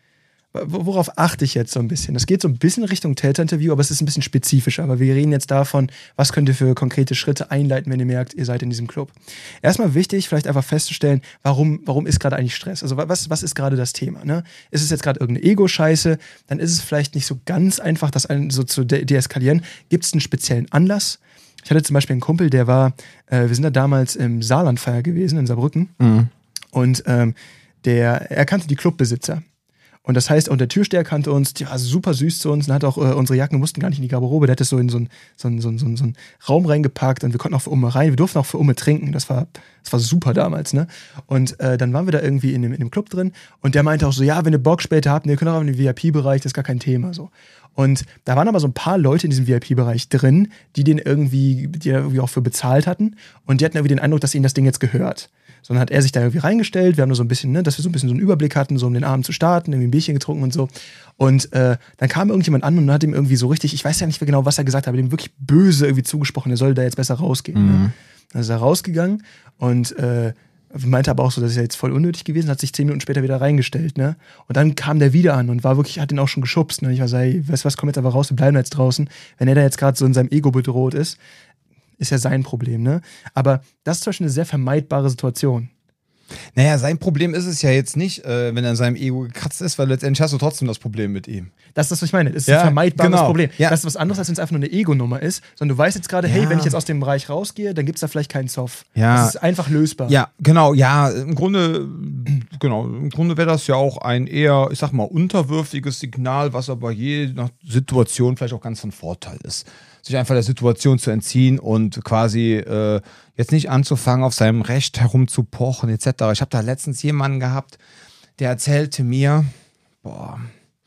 worauf achte ich jetzt so ein bisschen? Das geht so ein bisschen Richtung Täterinterview, aber es ist ein bisschen spezifischer. Aber wir reden jetzt davon, was könnt ihr für konkrete Schritte einleiten, wenn ihr merkt, ihr seid in diesem Club. Erstmal wichtig, vielleicht einfach festzustellen, warum, warum ist gerade eigentlich Stress? Also was, was ist gerade das Thema? Ne? Ist es jetzt gerade irgendeine Ego-Scheiße? Dann ist es vielleicht nicht so ganz einfach, das einen so zu de- deeskalieren. Gibt es einen speziellen Anlass? Ich hatte zum Beispiel einen Kumpel, der war, äh, wir sind da damals im Saarlandfeier gewesen, in Saarbrücken. Mhm. Und ähm, der, er kannte die Clubbesitzer. Und das heißt, auch der Türsteher kannte uns, der war super süß zu uns und hat auch äh, unsere Jacken, mussten gar nicht in die Garderobe, der hat das so in so einen so einen, so einen, so einen, so einen Raum reingepackt und wir konnten auch für Umme rein, wir durften auch für Umme trinken, das war, das war super damals, ne? Und äh, dann waren wir da irgendwie in dem, in dem Club drin und der meinte auch so, ja, wenn ihr Bock später habt, ihr könnt auch in den V I P-Bereich, das ist gar kein Thema, so. Und da waren aber so ein paar Leute in diesem V I P-Bereich drin, die den irgendwie, die da irgendwie auch für bezahlt hatten und die hatten irgendwie den Eindruck, dass ihnen das Ding jetzt gehört. Sondern hat er sich da irgendwie reingestellt. Wir haben nur so ein bisschen, ne, dass wir so ein bisschen so einen Überblick hatten, so um den Abend zu starten, irgendwie ein Bierchen getrunken und so. Und äh, dann kam irgendjemand an und hat ihm irgendwie so richtig, ich weiß ja nicht mehr genau, was er gesagt hat, aber dem wirklich böse irgendwie zugesprochen, er soll da jetzt besser rausgehen. Mhm. Ne? Dann ist er rausgegangen und äh, meinte aber auch so, das ist ja jetzt voll unnötig gewesen, hat sich zehn Minuten später wieder reingestellt. Ne? Und dann kam der wieder an und war wirklich, hat ihn auch schon geschubst. Ne? Ich war so, hey, weißt du was, komm jetzt aber raus, wir bleiben jetzt draußen. Wenn er da jetzt gerade so in seinem Ego bedroht ist, ist ja sein Problem. Ne? Aber das ist zum Beispiel eine sehr vermeidbare Situation. Naja, sein Problem ist es ja jetzt nicht, äh, wenn er in seinem Ego gekratzt ist, weil letztendlich hast du trotzdem das Problem mit ihm. Das ist das, was ich meine. Das ist Ja, ein vermeidbares genau. Problem. Ja. Das ist was anderes, als wenn es einfach nur eine Ego-Nummer ist, sondern du weißt jetzt gerade, hey, Ja. wenn ich jetzt aus dem Bereich rausgehe, dann gibt es da vielleicht keinen Zoff. Ja. Das ist einfach lösbar. Ja, genau, ja, im Grunde, genau, im Grunde wäre das ja auch ein eher, ich sag mal, unterwürfiges Signal, was aber je nach Situation vielleicht auch ganz von Vorteil ist. Sich einfach der Situation zu entziehen und quasi äh, jetzt nicht anzufangen, auf seinem Recht herumzupochen, et cetera. Ich habe da letztens jemanden gehabt, der erzählte mir, boah,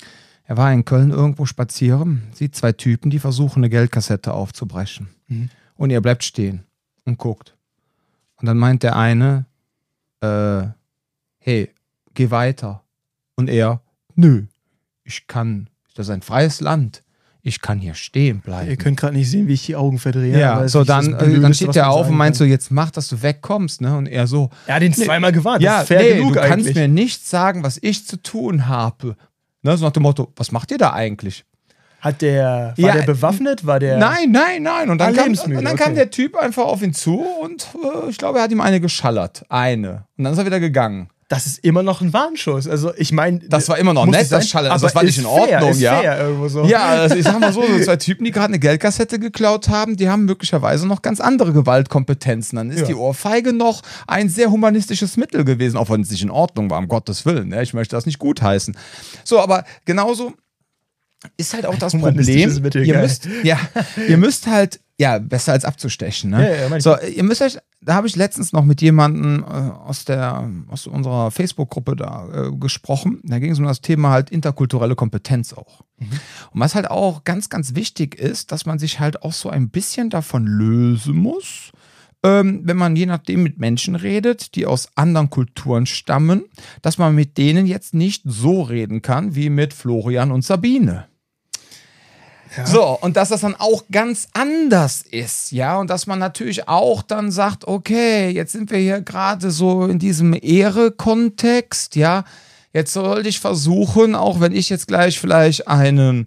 er war in Köln irgendwo spazieren, sieht zwei Typen, die versuchen, eine Geldkassette aufzubrechen. Mhm. Und er bleibt stehen und guckt. Und dann meint der eine, äh, hey, geh weiter. Und er, nö, ich kann, das ist ein freies Land. ich kann hier stehen bleiben. Ihr könnt gerade nicht sehen, wie ich die Augen verdrehe. Ja, aber es so ist dann, das äh, Blödeste, dann steht was der man auf sagen und meint kann. so, jetzt mach, dass du wegkommst, ne? Und er so, Er hat ihn zweimal gewarnt. ja, das ist fair nee, genug du kannst eigentlich. mir nicht sagen, was ich zu tun habe. Ne? So nach dem Motto, was macht ihr da eigentlich? Hat der, war Ja, der bewaffnet? War der. Nein, nein, nein. Und dann, Ah, kam, lebensmüde, und dann okay. kam der Typ einfach auf ihn zu und äh, ich glaube, er hat ihm eine geschallert. Eine. Und dann ist er wieder gegangen. Das ist immer noch ein Warnschuss. Also, ich meine. Das war immer noch nett, das Schallern. aber Das war nicht ist in Ordnung, fair, ist ja. Fair irgendwo so. Ja, also ich sag mal so, so zwei Typen, die gerade eine Geldkassette geklaut haben, die haben möglicherweise noch ganz andere Gewaltkompetenzen. Dann ist Ja. die Ohrfeige noch ein sehr humanistisches Mittel gewesen, auch wenn es nicht in Ordnung war, um Gottes Willen. Ne? Ich möchte das nicht gutheißen. So, aber genauso ist halt auch das humanistisches Problem. Mittel, ihr geil. müsst, ja, ihr müsst halt, ja, besser als abzustechen. Ne? Ja, ja, mein ich. so, ihr müsst euch, da habe ich letztens noch mit jemandem äh, aus der, aus unserer Facebook-Gruppe da äh, gesprochen. Da ging es um das Thema halt interkulturelle Kompetenz auch. Mhm. Und was halt auch ganz, ganz wichtig ist, dass man sich halt auch so ein bisschen davon lösen muss, ähm, wenn man je nachdem mit Menschen redet, die aus anderen Kulturen stammen, dass man mit denen jetzt nicht so reden kann wie mit Florian und Sabine. Ja. So, und dass das dann auch ganz anders ist, ja, und dass man natürlich auch dann sagt, okay, jetzt sind wir hier gerade so in diesem Ehre-Kontext, ja, jetzt sollte ich versuchen, auch wenn ich jetzt gleich vielleicht einen,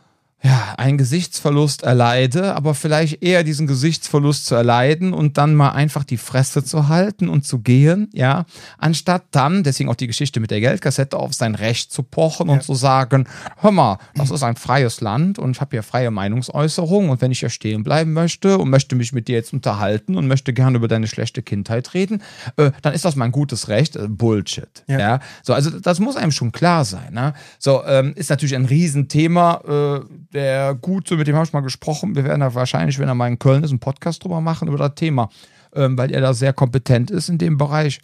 ja, einen Gesichtsverlust erleide, aber vielleicht eher diesen Gesichtsverlust zu erleiden und dann mal einfach die Fresse zu halten und zu gehen, ja, anstatt dann, deswegen auch die Geschichte mit der Geldkassette, auf sein Recht zu pochen und Ja. zu sagen, hör mal, das ist ein freies Land und ich habe hier freie Meinungsäußerung und wenn ich hier stehen bleiben möchte und möchte mich mit dir jetzt unterhalten und möchte gerne über deine schlechte Kindheit reden, äh, dann ist das mein gutes Recht. Äh, Bullshit. Ja. Ja. So, also das muss einem schon klar sein. Ne? So, ähm, ist natürlich ein Riesenthema, äh, der Gute, mit dem habe ich mal gesprochen. Wir werden da wahrscheinlich, wenn er mal in Köln ist, einen Podcast drüber machen über das Thema, ähm, weil er da sehr kompetent ist in dem Bereich.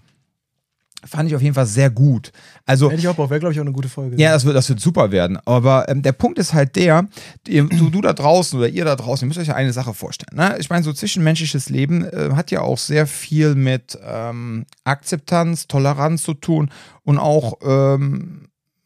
Fand ich auf jeden Fall sehr gut. Also, Hätte ich auch Bock, wäre, glaube ich, auch eine gute Folge. ja, das wird, das wird super werden. Aber ähm, der Punkt ist halt der, ihr, du, du da draußen oder ihr da draußen, ihr müsst euch ja eine Sache vorstellen. Ne? Ich meine, so zwischenmenschliches Leben äh, hat ja auch sehr viel mit ähm, Akzeptanz, Toleranz zu tun und auch ähm,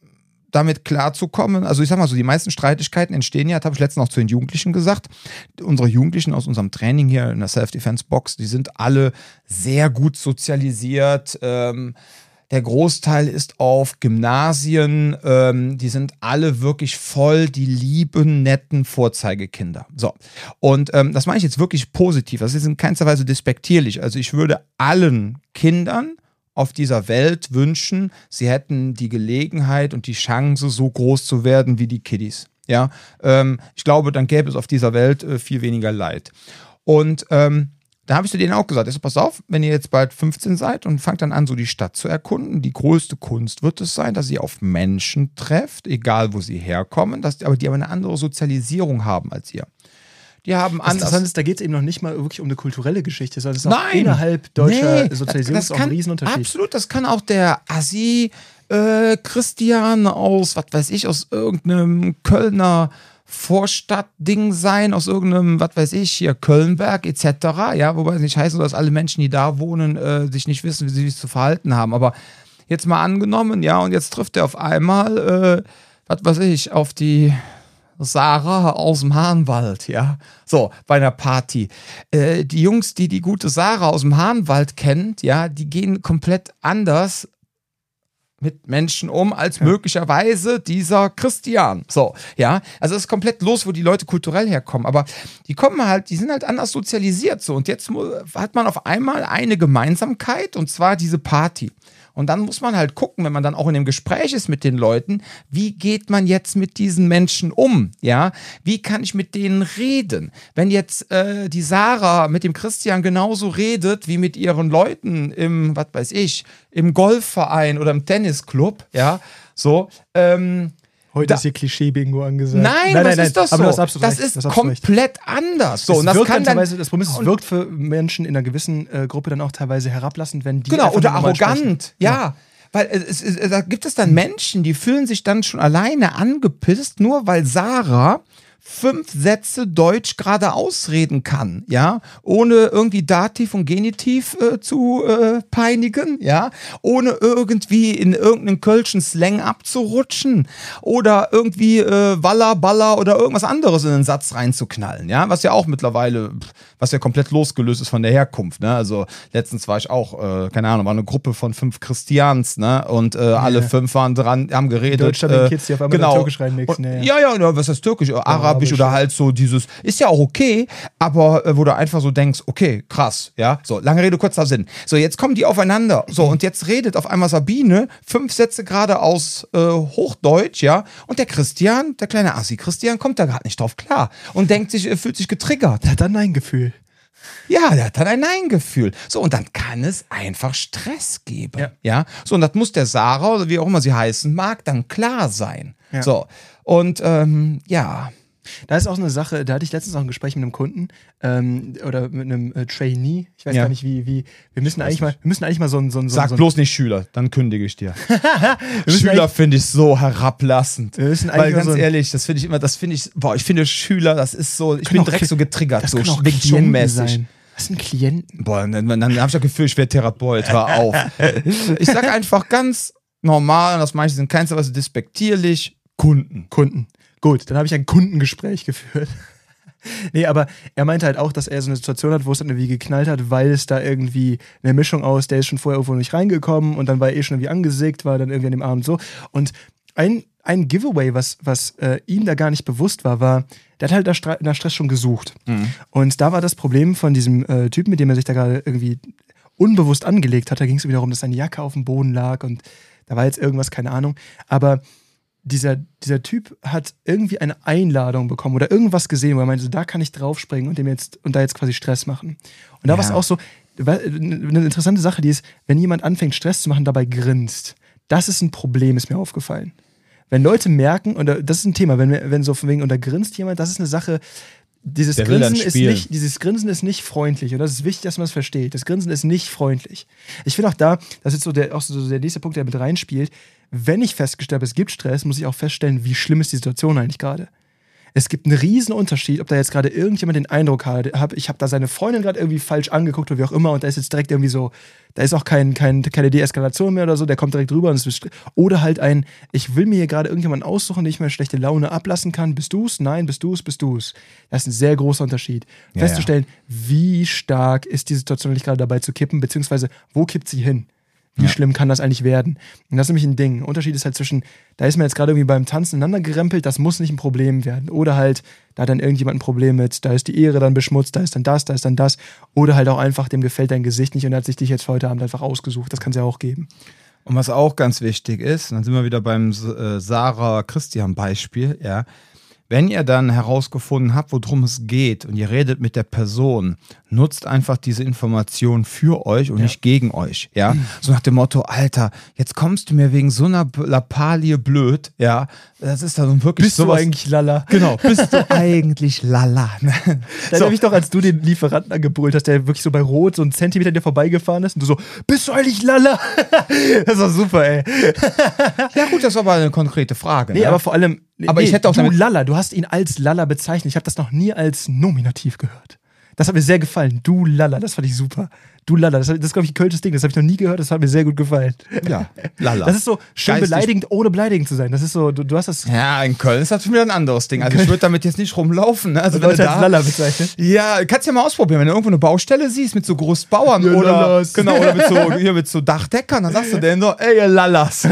damit klarzukommen. Also ich sag mal so, die meisten Streitigkeiten entstehen ja, das habe ich letztens auch zu den Jugendlichen gesagt, unsere Jugendlichen aus unserem Training hier in der Self-Defense-Box, die sind alle sehr gut sozialisiert. Ähm, der Großteil ist auf Gymnasien, ähm, die sind alle wirklich voll die lieben, netten Vorzeigekinder. So, und ähm, das meine ich jetzt wirklich positiv, das ist in keinster Weise despektierlich. Also ich würde allen Kindern auf dieser Welt wünschen, sie hätten die Gelegenheit und die Chance, so groß zu werden wie die Kiddies. Ja, ähm, ich glaube, dann gäbe es auf dieser Welt äh, viel weniger Leid. Und ähm, da habe ich zu denen auch gesagt, also pass auf, wenn ihr jetzt bald fünfzehn seid und fangt dann an, so die Stadt zu erkunden, die größte Kunst wird es sein, dass ihr auf Menschen trefft, egal wo sie herkommen, dass, aber die aber eine andere Sozialisierung haben als ihr. Die haben Das anders. Interessante ist, da geht es eben noch nicht mal wirklich um eine kulturelle Geschichte, sondern es ist auch Nein. innerhalb deutscher Nee, Sozialisierung das ist auch kann- ein Riesenunterschied. Absolut, das kann auch der Assi äh, Christian aus, was weiß ich, aus irgendeinem Kölner Vorstadtding sein, aus irgendeinem, was weiß ich, hier Kölnberg et cetera. Ja, wobei es nicht heißt, dass alle Menschen, die da wohnen, äh, sich nicht wissen, wie sie sich zu verhalten haben. Aber jetzt mal angenommen, ja, und jetzt trifft er auf einmal, äh, was weiß ich, auf die Sarah aus dem Hahnwald, ja, so, bei einer Party. Äh, die Jungs, die die gute Sarah aus dem Hahnwald kennt, ja, die gehen komplett anders mit Menschen um, als Ja. möglicherweise dieser Christian. So, ja, also es ist komplett los, wo die Leute kulturell herkommen, aber die kommen halt, die sind halt anders sozialisiert, so, und jetzt mu- hat man auf einmal eine Gemeinsamkeit, und zwar diese Party. Und dann muss man halt gucken, wenn man dann auch in dem Gespräch ist mit den Leuten, wie geht man jetzt mit diesen Menschen um? Ja, wie kann ich mit denen reden? Wenn jetzt äh, die Sarah mit dem Christian genauso redet wie mit ihren Leuten im, was weiß ich, im Golfverein oder im Tennisclub, ja, so, ähm, Heute Da- ist hier Klischee-Bingo angesagt. Nein, was ist das so? Aber du hast absolut das recht, ist das hast du recht. komplett anders. So, Es und das wirkt kann dann dann teilweise, das Problem ist, es und- wirkt für Menschen in einer gewissen äh, Gruppe dann auch teilweise herablassend, wenn die Genau, einfach oder nur normal arrogant, sprechen. ja. Weil es, es, es, da gibt es dann Menschen, die fühlen sich dann schon alleine angepisst, nur weil Sarah fünf Sätze Deutsch gerade ausreden kann, ja, ohne irgendwie Dativ und Genitiv äh, zu äh, peinigen, ja, ohne irgendwie in irgendeinen kölschen Slang abzurutschen oder irgendwie äh, Walla, Balla oder irgendwas anderes in den Satz reinzuknallen, ja, was ja auch mittlerweile, was ja komplett losgelöst ist von der Herkunft, ne, also letztens war ich auch, äh, keine Ahnung, war eine Gruppe von fünf Christians, ne, und äh, ja. alle fünf waren dran, haben geredet. Deutschland äh, Kids, die auf einmal genau. Türkisch reinmixen, und, ja, ja, ja, was heißt Türkisch, Arabisch oder halt so dieses, ist ja auch okay, aber äh, wo du einfach so denkst, okay, krass, ja, so, lange Rede, kurzer Sinn. So, jetzt kommen die aufeinander, so, und jetzt redet auf einmal Sabine fünf Sätze gerade aus äh, Hochdeutsch, ja, und der Christian, der kleine Assi Christian, kommt da gerade nicht drauf klar und denkt sich, er fühlt sich getriggert. Der hat dann ein Gefühl. Ja, der hat dann ein Nein-Gefühl. So, und dann kann es einfach Stress geben. Ja. ja? So, und das muss der Sarah, oder wie auch immer sie heißen mag, dann klar sein. Ja. So, und ähm, ja. Da ist auch so eine Sache, da hatte ich letztens auch ein Gespräch mit einem Kunden ähm, oder mit einem äh, Trainee. Ich weiß ja. gar nicht, wie, wie wir müssen eigentlich mal, wir müssen eigentlich mal so ein. So ein Sag so ein, bloß nicht Schüler, dann kündige ich dir. Schüler finde ich so herablassend. Wir müssen Weil ganz so ehrlich, das finde ich immer, das finde ich, boah, ich finde Schüler, das ist so, ich bin auch, direkt so getriggert, das so Wing Chun-mäßig. Was sind Klienten? Boah, dann, dann habe ich das Gefühl, ich werde Therapeut, hör auf. Ich sag einfach ganz normal, und das meine ich in keinster Weise despektierlich, Kunden. Kunden. Gut, dann habe ich ein Kundengespräch geführt. Nee, aber er meinte halt auch, dass er so eine Situation hat, wo es dann irgendwie geknallt hat, weil es da irgendwie eine Mischung aus, der ist schon vorher irgendwo nicht reingekommen und dann war er eh schon irgendwie angesickt, war dann irgendwie an dem Abend so. Und ein, ein Giveaway, was, was äh, ihm da gar nicht bewusst war, war, der hat halt nach, Stra- nach Stress schon gesucht. Mhm. Und da war das Problem von diesem äh, Typen, mit dem er sich da gerade irgendwie unbewusst angelegt hat, da ging es wieder darum, dass seine Jacke auf dem Boden lag und da war jetzt irgendwas, keine Ahnung. Aber Dieser, dieser Typ hat irgendwie eine Einladung bekommen oder irgendwas gesehen, wo er meinte, so, da kann ich draufspringen und dem jetzt und da jetzt quasi Stress machen. Und da ja. war es auch so, eine interessante Sache, die ist, wenn jemand anfängt, Stress zu machen, dabei grinst. Das ist ein Problem, ist mir aufgefallen. Wenn Leute merken, und das ist ein Thema, wenn, wenn so von wegen, und da grinst jemand, das ist eine Sache, dieses Grinsen, ist nicht, dieses Grinsen ist nicht freundlich und das ist wichtig, dass man das versteht. Das Grinsen ist nicht freundlich. Ich finde auch da, das ist so der, auch so der nächste Punkt, der mit reinspielt, wenn ich festgestellt habe, es gibt Stress, muss ich auch feststellen, wie schlimm ist die Situation eigentlich gerade. Es gibt einen riesen Unterschied, ob da jetzt gerade irgendjemand den Eindruck hat, ich habe da seine Freundin gerade irgendwie falsch angeguckt oder wie auch immer und da ist jetzt direkt irgendwie so, da ist auch kein, kein, keine Deeskalation mehr oder so, der kommt direkt rüber und es ist, oder halt ein, ich will mir hier gerade irgendjemanden aussuchen, den ich mir schlechte Laune ablassen kann. Bist du's? Nein, bist du's? Bist du's? Das ist ein sehr großer Unterschied. Ja, Festzustellen, ja. wie stark ist die Situation eigentlich gerade dabei zu kippen, beziehungsweise wo kippt sie hin? Wie ja. schlimm kann das eigentlich werden? Und das ist nämlich ein Ding. Der Unterschied ist halt zwischen, da ist man jetzt gerade irgendwie beim Tanzen ineinander gerempelt, das muss nicht ein Problem werden. Oder halt, da hat dann irgendjemand ein Problem mit, da ist die Ehre dann beschmutzt, da ist dann das, da ist dann das. Oder halt auch einfach, dem gefällt dein Gesicht nicht und er hat sich dich jetzt heute Abend einfach ausgesucht. Das kann es ja auch geben. Und was auch ganz wichtig ist, dann sind wir wieder beim äh, Sarah-Christian-Beispiel, ja. Wenn ihr dann herausgefunden habt, worum es geht und ihr redet mit der Person, nutzt einfach diese Information für euch und ja. nicht gegen euch, ja. Mhm. So nach dem Motto, Alter, jetzt kommst du mir wegen so einer Lappalie blöd, ja. Das ist dann wirklich Bist sowas, du eigentlich Lala? Genau, bist du eigentlich Lala? Dann so. habe ich doch, als du den Lieferanten angebrüllt hast, der wirklich so bei Rot so einen Zentimeter dir vorbeigefahren ist und du so, bist du eigentlich Lala? Das war super, ey. Ja gut, das war aber eine konkrete Frage. Nee, ne? aber vor allem, aber nee, ich hätte auch du damit Lala, du hast ihn als Lala bezeichnet. Ich habe das noch nie als Nominativ gehört. Das hat mir sehr gefallen. Du Lala, das fand ich super. Du Lala, das, das ist, glaube ich, ein kölsches Ding. Das habe ich noch nie gehört, das hat mir sehr gut gefallen. Ja, Lala. Das ist so schön Geistig beleidigend, ohne beleidigend zu sein. Das ist so, du, du hast das... Ja, in Köln ist das schon wieder ein anderes Ding. Also ich würde damit jetzt nicht rumlaufen. Ne? Also wenn Leute du da, als Lala bezeichnet. Ja, kannst ja mal ausprobieren. Wenn du irgendwo eine Baustelle siehst mit so Großbauern ja, oder, Lalas. Genau, oder mit so, hier mit so Dachdeckern, dann sagst du denen so, ey, ihr Lalas.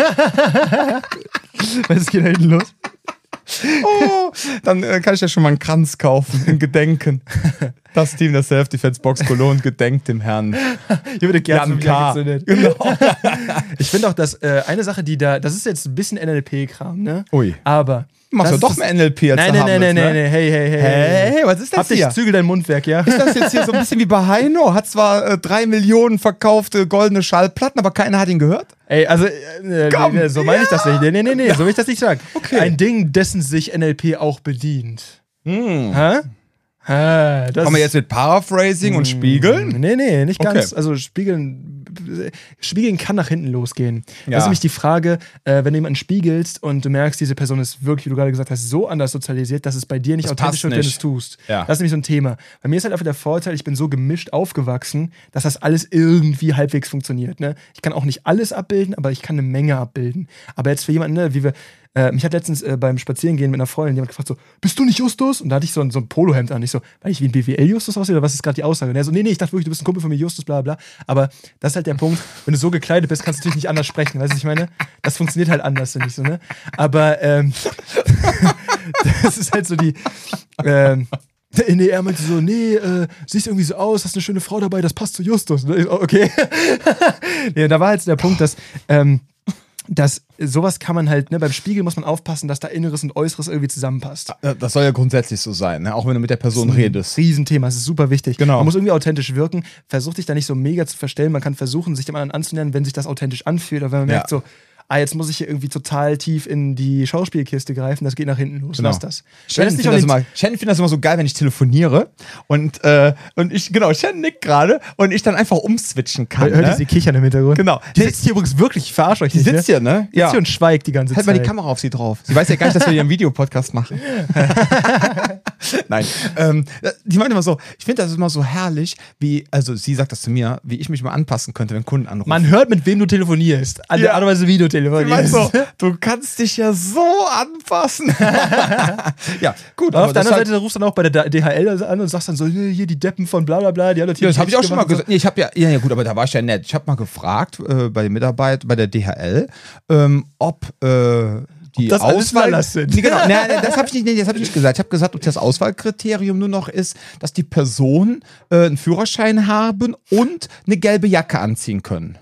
Was geht da hinten los? Oh, dann äh, kann ich ja schon mal einen Kranz kaufen, in Gedenken. Das Team der Self-Defense Box Cologne gedenkt dem Herrn Hier würde Jan K. Genau. Ich finde auch, dass äh, eine Sache, die da, das ist jetzt ein bisschen N L P-Kram, ne? Ui. Aber du machst doch doch mehr N L P als Nein, nein, nein, nein, nein, nein, hey, hey, hey. Hey, hey, was ist das Hab hier? dich, zügel dein Mundwerk, ja? Ist das jetzt hier so ein bisschen wie bei Heino? Hat zwar äh, drei Millionen verkaufte goldene Schallplatten, aber keiner hat ihn gehört? Ey, also, äh, Komm, nee, so meine ja. ich das nicht. Nee, nee, nee, nee, so will ich das nicht sagen. Okay. Ein Ding, dessen sich N L P auch bedient. Hm. Hä? Hä? Das Kommen wir jetzt mit Paraphrasing und Spiegeln? Nee, nee, nicht Okay. ganz. Also Spiegeln Spiegeln kann nach hinten losgehen. Ja. Das ist nämlich die Frage, äh, wenn du jemanden spiegelst und du merkst, diese Person ist wirklich, wie du gerade gesagt hast, so anders sozialisiert, dass es bei dir nicht Das authentisch passt wird, wenn du nicht. es tust. Ja. Das ist nämlich so ein Thema. Bei mir ist halt einfach der Vorteil, ich bin so gemischt aufgewachsen, dass das alles irgendwie halbwegs funktioniert. Ne? Ich kann auch nicht alles abbilden, aber ich kann eine Menge abbilden. Aber jetzt für jemanden, ne, wie wir Äh, mich hat letztens äh, beim Spazierengehen mit einer Freundin jemand gefragt so, bist du nicht Justus? Und da hatte ich so ein, so ein Polohemd an. Ich so, weil ich wie ein B W L-Justus aussehe oder was ist gerade die Aussage? Und er so, nee, nee, ich dachte wirklich, du bist ein Kumpel von mir, Justus, bla bla. Aber das ist halt der Punkt, wenn du so gekleidet bist, kannst du natürlich nicht anders sprechen. Weißt du, was ich meine? Das funktioniert halt anders, finde ich so, ne? Aber ähm, das ist halt so die ähm, nee, er meinte so, nee, äh, siehst irgendwie so aus, hast eine schöne Frau dabei, das passt zu Justus. Ne? Okay. Ja, da war jetzt der Punkt, dass ähm, dass sowas kann man halt, ne, beim Spiegel muss man aufpassen, dass da Inneres und Äußeres irgendwie zusammenpasst. Das soll ja grundsätzlich so sein, ne? Auch wenn du mit der Person Das ist ein redest. Riesenthema, das ist super wichtig. Genau. Man muss irgendwie authentisch wirken, versucht dich da nicht so mega zu verstellen, man kann versuchen, sich dem anderen anzunähern, wenn sich das authentisch anfühlt, aber wenn man Ja. merkt so, ah, jetzt muss ich hier irgendwie total tief in die Schauspielkiste greifen, das geht nach hinten los. Genau. Lass das. Wenn Shannon es nicht findet das, um den- immer- Shannon findet das immer so geil, wenn ich telefoniere und, äh, und ich, genau, Shannon nickt gerade und ich dann einfach umswitchen kann. Hört ihr Ne? sie kichern im Hintergrund? Genau. Die sitzt hier übrigens wirklich, ich verarsche euch Die nicht, sitzt ne? hier, ne? Die sitzt hier und schweigt die ganze Halt Zeit. mal die Kamera auf sie drauf. Sie weiß ja gar nicht, dass wir hier einen Videopodcast machen. Nein. Ähm, die meinte immer so, ich finde das immer so herrlich, wie, also sie sagt das zu mir, wie ich mich mal anpassen könnte, wenn Kunden anrufen. Man hört, mit wem du telefonierst. An Ja. der Art und Weise, wie du Sie meint telefonierst. so, du kannst dich ja so anpassen. ja, gut. Aber auf der das anderen halt- Seite rufst du dann auch bei der D H L an und sagst dann so, nee, hier die Deppen von bla bla bla, die haben das hier Ja, das habe ich auch schon mal gemacht und gesagt. Nee, ich habe ja, ja, ja, gut, aber da war ich ja nett. Ich habe mal gefragt äh, bei den Mitarbeitern, bei der D H L, ähm, ob äh, die das alles Auswahl. Lallers sind. Nee, genau, nee, nee, das habe ich nicht, nee, das habe ich nicht gesagt. Ich habe gesagt, ob das Auswahlkriterium nur noch ist, dass die Personen äh, einen Führerschein haben und eine gelbe Jacke anziehen können.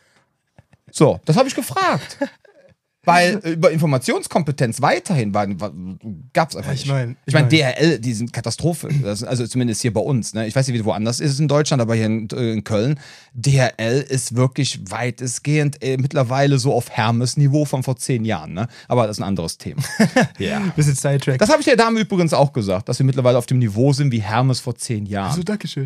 So, das habe ich gefragt. Weil über Informationskompetenz weiterhin war, war, gab es einfach Ich nicht. mein, ich meine, ich mein- D H L, die sind Katastrophe. Das, also zumindest hier bei uns. Ne? Ich weiß nicht, wie es woanders ist in Deutschland, aber hier in, in Köln, D H L ist wirklich weitestgehend äh, mittlerweile so auf Hermes-Niveau von vor zehn Jahren. Ne? Aber das ist ein anderes Thema. Ja. bisschen Sidetrack. Das habe ich der Dame übrigens auch gesagt, dass wir mittlerweile auf dem Niveau sind wie Hermes vor zehn So, Jahren. Dankeschön.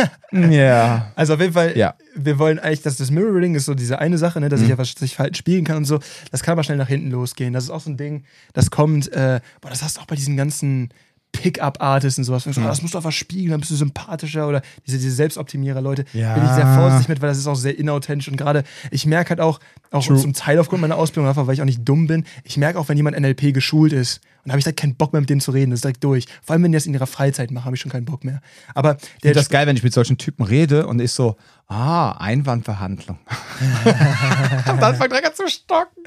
Ja. Also auf jeden Fall, Ja. wir wollen eigentlich, dass das Mirroring ist so diese eine Sache, ne, dass Mhm. ich einfach sich Verhalten spiegeln kann und so. Das kann aber schnell nach hinten losgehen. Das ist auch so ein Ding, das kommt, äh, boah, das hast du auch bei diesen ganzen Pickup-Artists und sowas. So, Mhm. ah, das musst du einfach spiegeln, dann bist du sympathischer oder diese, diese Selbstoptimierer-Leute. Ja. Bin ich sehr vorsichtig mit, weil das ist auch sehr inauthentisch und gerade, ich merke halt auch, auch True. zum Teil aufgrund meiner Ausbildung, einfach weil ich auch nicht dumm bin, ich merke auch, wenn jemand N L P geschult ist, und da habe ich halt keinen Bock mehr mit dem zu reden, das ist direkt durch. Vor allem, wenn die das in ihrer Freizeit machen, habe ich schon keinen Bock mehr. Aber Ich der finde das geil, wenn ich mit solchen Typen rede und ich so, ah, Einwandverhandlung. und dann fängt er an zu stocken.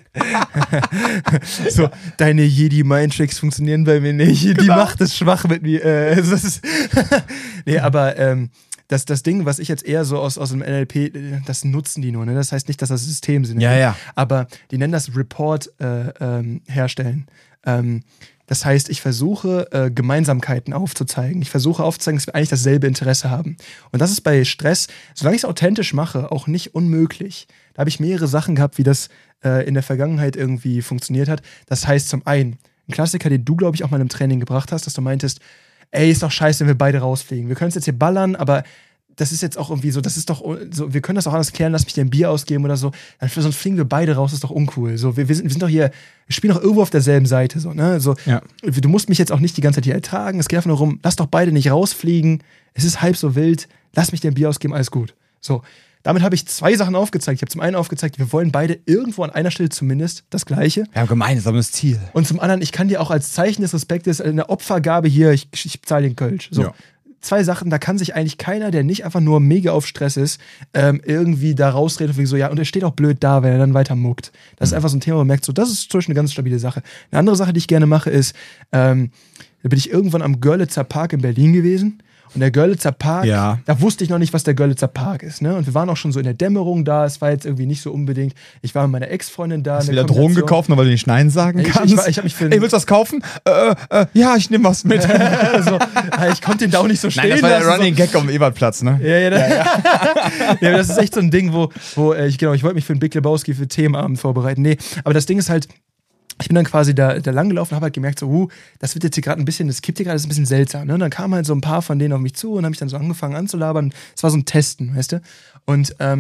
So, deine Jedi-Mind-Tricks funktionieren bei mir nicht. Die Genau. macht es schwach mit mir. Äh, das ist nee, aber ähm, das, das Ding, was ich jetzt eher so aus, aus dem N L P, äh, das nutzen die nur. Ne? Das heißt nicht, dass das System sind. Ja, ja. Aber die nennen das Report äh, ähm, herstellen. Ähm, das heißt, ich versuche, äh, Gemeinsamkeiten aufzuzeigen. Ich versuche aufzuzeigen, dass wir eigentlich dasselbe Interesse haben. Und das ist bei Stress, solange ich es authentisch mache, auch nicht unmöglich. Da habe ich mehrere Sachen gehabt, wie das äh, in der Vergangenheit irgendwie funktioniert hat. Das heißt zum einen, ein Klassiker, den du, glaube ich, auch mal im Training gebracht hast, dass du meintest, ey, ist doch scheiße, wenn wir beide rausfliegen. Wir können es jetzt hier ballern, aber das ist jetzt auch irgendwie so, das ist doch so, wir können das auch anders klären, lass mich dir ein Bier ausgeben oder so. Dann, sonst fliegen wir beide raus, ist doch uncool. So, wir, wir, sind, wir sind doch hier, wir spielen doch irgendwo auf derselben Seite. So, ne? so, Ja. Du musst mich jetzt auch nicht die ganze Zeit hier ertragen. Es geht einfach nur darum, lass doch beide nicht rausfliegen. Es ist halb so wild, lass mich dir ein Bier ausgeben, alles gut. So, damit habe ich zwei Sachen aufgezeigt. Ich habe zum einen aufgezeigt, wir wollen beide irgendwo an einer Stelle zumindest das Gleiche. Wir haben gemeinsames Ziel. Und zum anderen, ich kann dir auch als Zeichen des Respektes eine Opfergabe hier, ich, ich zahle den Kölsch. So. Ja. Zwei Sachen, da kann sich eigentlich keiner, der nicht einfach nur mega auf Stress ist, ähm, irgendwie da rausreden und so, ja, und er steht auch blöd da, wenn er dann weiter muckt. Das ist einfach so ein Thema, wo man merkt, so, das ist zum Beispiel eine ganz stabile Sache. Eine andere Sache, die ich gerne mache, ist, ähm, da bin ich irgendwann am Görlitzer Park in Berlin gewesen. Und der Görlitzer Park, Ja. da wusste ich noch nicht, was der Görlitzer Park ist. Ne? Und wir waren auch schon so in der Dämmerung da. Es war jetzt irgendwie nicht so unbedingt. Ich war mit meiner Ex-Freundin da. Hast du in der wieder Drogen Kombination. gekauft, nur weil du nicht Nein sagen Ich- ich kannst? war- ich hab mich für- Ey, willst du was kaufen? Äh, äh, ja, ich nehme was mit. so, ich konnte den da auch nicht so stehen Nein, das war der lassen, Running Gag am Ebertplatz, ne? So. Ja, ja, ja, ja. ja, das ist echt so ein Ding, wo, wo äh, ich, genau, ich wollte mich für den Big Lebowski für Themenabend vorbereiten. Nee, aber das Ding ist halt, ich bin dann quasi da, da lang gelaufen und habe halt gemerkt, so, uh, das wird jetzt hier gerade ein bisschen, das kippt hier gerade, das ist ein bisschen seltsam. Ne? Und dann kamen halt so ein paar von denen auf mich zu und haben mich dann so angefangen anzulabern. Es war so ein Testen, weißt du? Und ähm,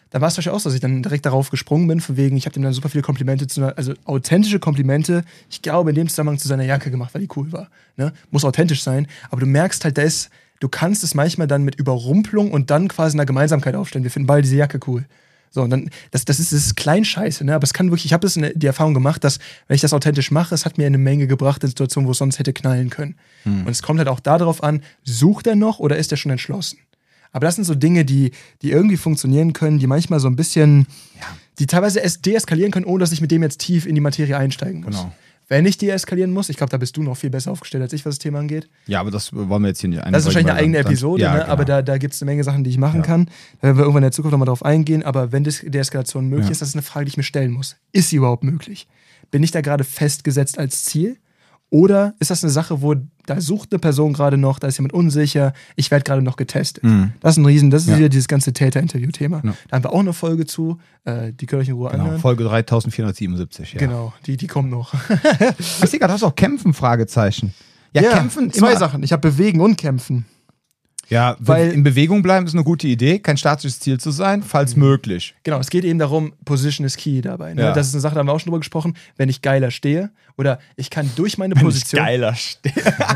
da war es wahrscheinlich auch so, dass ich dann direkt darauf gesprungen bin, von wegen, ich habe ihm dann super viele Komplimente, zu einer, also authentische Komplimente, ich glaube, in dem Zusammenhang zu seiner Jacke gemacht, weil die cool war. Ne? Muss authentisch sein, aber du merkst halt, da ist, du kannst es manchmal dann mit Überrumpelung und dann quasi einer Gemeinsamkeit aufstellen. Wir finden beide diese Jacke cool. So, und dann, das, das ist, das ist Kleinscheiße, ne? Aber es kann wirklich, ich habe das in die Erfahrung gemacht, dass, wenn ich das authentisch mache, es hat mir eine Menge gebracht in Situationen, wo es sonst hätte knallen können. Hm. Und es kommt halt auch darauf an, sucht er noch oder ist er schon entschlossen? Aber das sind so Dinge, die, die irgendwie funktionieren können, die manchmal so ein bisschen, ja. die teilweise deeskalieren können, ohne dass ich mit dem jetzt tief in die Materie einsteigen muss. Genau. Wenn ich deeskalieren muss, ich glaube, da bist du noch viel besser aufgestellt als ich, was das Thema angeht. Ja, aber das wollen wir jetzt hier nicht einsteigen. Das ist wahrscheinlich eine eigene Episode, ja, ne? Genau. Aber da, da gibt es eine Menge Sachen, die ich machen ja. kann. Da werden wir irgendwann in der Zukunft nochmal drauf eingehen. Aber wenn Des- Deeskalation möglich ja. ist, das ist eine Frage, die ich mir stellen muss. Ist sie überhaupt möglich? Bin ich da gerade festgesetzt als Ziel? Oder ist das eine Sache, wo da sucht eine Person gerade noch, da ist jemand unsicher, ich werde gerade noch getestet. Mhm. Das ist ein Riesen, das ist ja. wieder dieses ganze Täter-Interview-Thema. Ja. Da haben wir auch eine Folge zu, äh, die könnt ihr euch in Ruhe genau, anhören. Folge dreitausendvierhundertsiebenundsiebzig, ja. Genau, die, die kommt noch. Ich sehe gerade, hast du auch Kämpfen, Fragezeichen. Ja, ja Kämpfen. Zwei immer. Sachen, ich habe Bewegen und Kämpfen. Ja, weil in Bewegung bleiben ist eine gute Idee, kein statisches Ziel zu sein, falls mhm. möglich. Genau, es geht eben darum, Position is key dabei. Ne? Ja. Das ist eine Sache, da haben wir auch schon drüber gesprochen, wenn ich geiler stehe oder ich kann durch meine wenn Position... Ich geiler stehe.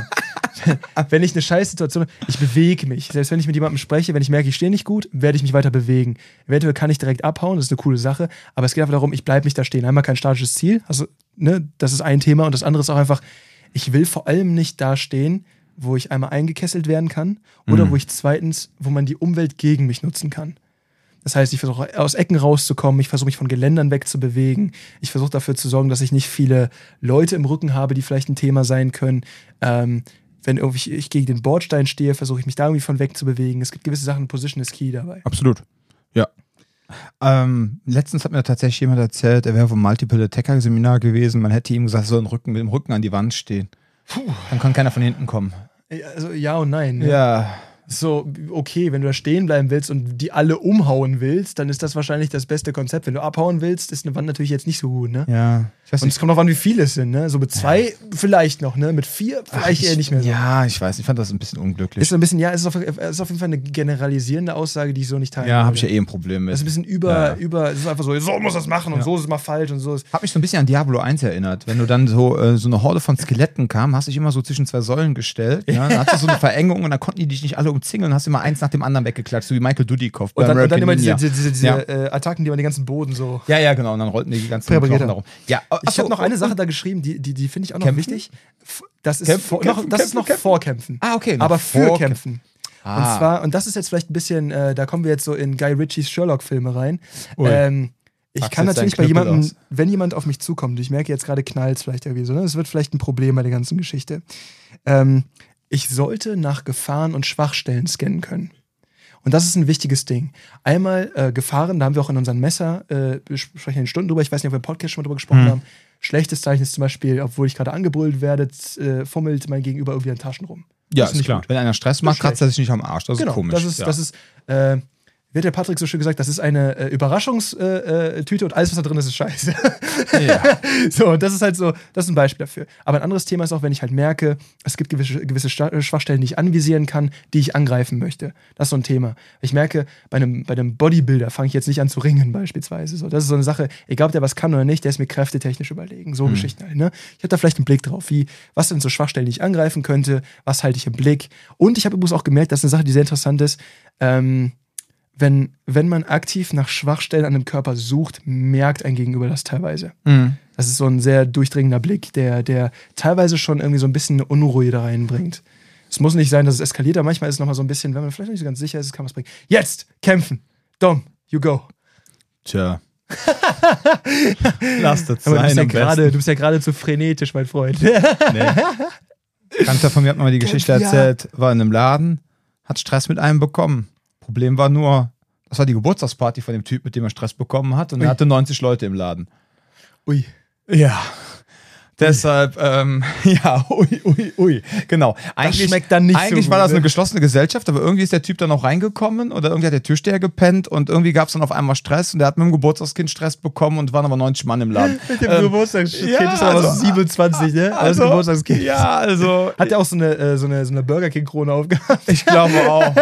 Wenn ich eine Scheißsituation habe, ich bewege mich. Selbst wenn ich mit jemandem spreche, wenn ich merke, ich stehe nicht gut, werde ich mich weiter bewegen. Eventuell kann ich direkt abhauen, das ist eine coole Sache, aber es geht einfach darum, ich bleibe nicht da stehen. Einmal kein statisches Ziel, also ne, das ist ein Thema und das andere ist auch einfach, ich will vor allem nicht da stehen, wo ich einmal eingekesselt werden kann oder mhm. wo ich zweitens, wo man die Umwelt gegen mich nutzen kann. Das heißt, ich versuche aus Ecken rauszukommen, ich versuche mich von Geländern wegzubewegen, ich versuche dafür zu sorgen, dass ich nicht viele Leute im Rücken habe, die vielleicht ein Thema sein können. Ähm, wenn irgendwie ich gegen den Bordstein stehe, versuche ich mich da irgendwie von wegzubewegen. Es gibt gewisse Sachen, Position is key dabei. Absolut, ja. Ähm, letztens hat mir tatsächlich jemand erzählt, er wäre vom Multiple Attacker Seminar gewesen, man hätte ihm gesagt, er soll mit dem Rücken an die Wand stehen. Puh. Dann kann keiner von hinten kommen. Also ja und nein. Ne? Ja. So, okay, wenn du da stehen bleiben willst und die alle umhauen willst, dann ist das wahrscheinlich das beste Konzept. Wenn du abhauen willst, ist eine Wand natürlich jetzt nicht so gut, ne? Ja. Ich weiß und nicht. es kommt auch an, wie viele es sind, ne? So mit zwei ja. vielleicht noch, ne? Mit vier vielleicht Ach, ich, eher nicht mehr so. Ja, ich weiß, ich fand das ein bisschen unglücklich. Ist so ein bisschen, ja, es ist auf, es ist auf jeden Fall eine generalisierende Aussage, die ich so nicht teile. Ja, habe ich ja eh ein Problem mit. Das ist ein bisschen über, ja. über, es ist einfach so, so muss das machen und ja. so ist es mal falsch und so ist. Hat mich so ein bisschen an Diablo eins erinnert. Wenn du dann so, äh, so eine Horde von Skeletten kam, hast dich immer so zwischen zwei Säulen gestellt, ja? Dann hattest du so eine Verengung und dann konnten die dich nicht alle umzingeln, hast immer eins nach dem anderen weggeklatscht, so wie Michael Dudikoff. Und dann, und dann immer diese, diese, diese, diese ja. äh, Attacken, die man den ganzen Boden so. Ja, ja, genau. Und dann rollten die ganzen Knochen darum. Ja, ich habe noch eine Sache da geschrieben, die, die, die finde ich auch noch Kämpfen? wichtig. Das ist, Kämpfen, vor, kämpfen, noch, das kämpfen, ist noch kämpfen. Vorkämpfen. Ah, okay. Aber für Vorkämpfen. Kämpfen. Ah. Und zwar, und das ist jetzt vielleicht ein bisschen, äh, da kommen wir jetzt so in Guy Ritchies Sherlock-Filme rein. Ähm, ich Packst kann natürlich bei Knüppel jemandem, aus. wenn jemand auf mich zukommt, ich merke jetzt gerade knallt es vielleicht irgendwie so, ne? Das wird vielleicht ein Problem bei der ganzen Geschichte. Ähm, ich sollte nach Gefahren und Schwachstellen scannen können. Und das ist ein wichtiges Ding. Einmal äh, Gefahren, da haben wir auch in unseren Messer, äh, wir sprechen in Stunden drüber, ich weiß nicht, ob wir im Podcast schon mal drüber gesprochen mhm. haben. Schlechtes Zeichen ist zum Beispiel, obwohl ich gerade angebrüllt werde, äh, fummelt mein Gegenüber irgendwie an Taschen rum. Ja, das ist, ist klar. Gut. Wenn einer Stress macht, kratzt er sich nicht am Arsch. Das genau, ist komisch. Das ist, ja. das ist äh, wie hat der Patrick so schön gesagt, das ist eine äh, Überraschungstüte äh, äh, und alles, was da drin ist, ist scheiße. Ja. So, das ist halt so, das ist ein Beispiel dafür. Aber ein anderes Thema ist auch, wenn ich halt merke, es gibt gewisse, gewisse Schwachstellen, die ich anvisieren kann, die ich angreifen möchte. Das ist so ein Thema. Ich merke, bei einem, bei einem Bodybuilder fange ich jetzt nicht an zu ringen, beispielsweise. So, das ist so eine Sache, egal ob der was kann oder nicht, der ist mir kräftetechnisch überlegen. So mhm. Geschichten halt, ne? Ich habe da vielleicht einen Blick drauf, wie, was sind so Schwachstellen, die ich angreifen könnte, was halte ich im Blick. Und ich habe übrigens auch gemerkt, das ist eine Sache, die sehr interessant ist, ähm, Wenn, wenn man aktiv nach Schwachstellen an dem Körper sucht, merkt ein Gegenüber das teilweise. Mhm. Das ist so ein sehr durchdringender Blick, der, der teilweise schon irgendwie so ein bisschen eine Unruhe da reinbringt. Es muss nicht sein, dass es eskaliert, aber manchmal ist es nochmal so ein bisschen, wenn man vielleicht nicht so ganz sicher ist, kann man es bringen. Jetzt! Kämpfen! Dom, you go! Tja. Lass das aber sein. Du bist, ja grade, du bist ja gerade zu frenetisch, mein Freund. Nee. Bekannter von mir hat mir mal die Geschichte ja. erzählt, war in einem Laden, hat Stress mit einem bekommen. Problem war nur, das war die Geburtstagsparty von dem Typ, mit dem er Stress bekommen hat. Und Ui. Er hatte neunzig Leute im Laden. Ui. Ja. Deshalb, ähm, ja, ui, ui, ui. Genau. Eigentlich, das schmeckt dann nicht eigentlich so war gut, das eine ne? geschlossene Gesellschaft, aber irgendwie ist der Typ dann auch reingekommen oder irgendwie hat der Türsteher gepennt und irgendwie gab es dann auf einmal Stress und der hat mit dem Geburtstagskind Stress bekommen und waren aber neunzig Mann im Laden. Mit dem ähm, Geburtstagskind ja, ist aber also, siebenundzwanzig, ne? Aber also, das Geburtstagskind. Ja, also. Hat der auch so eine, äh, so eine, so eine Burger King-Krone aufgehabt? Ich glaube auch.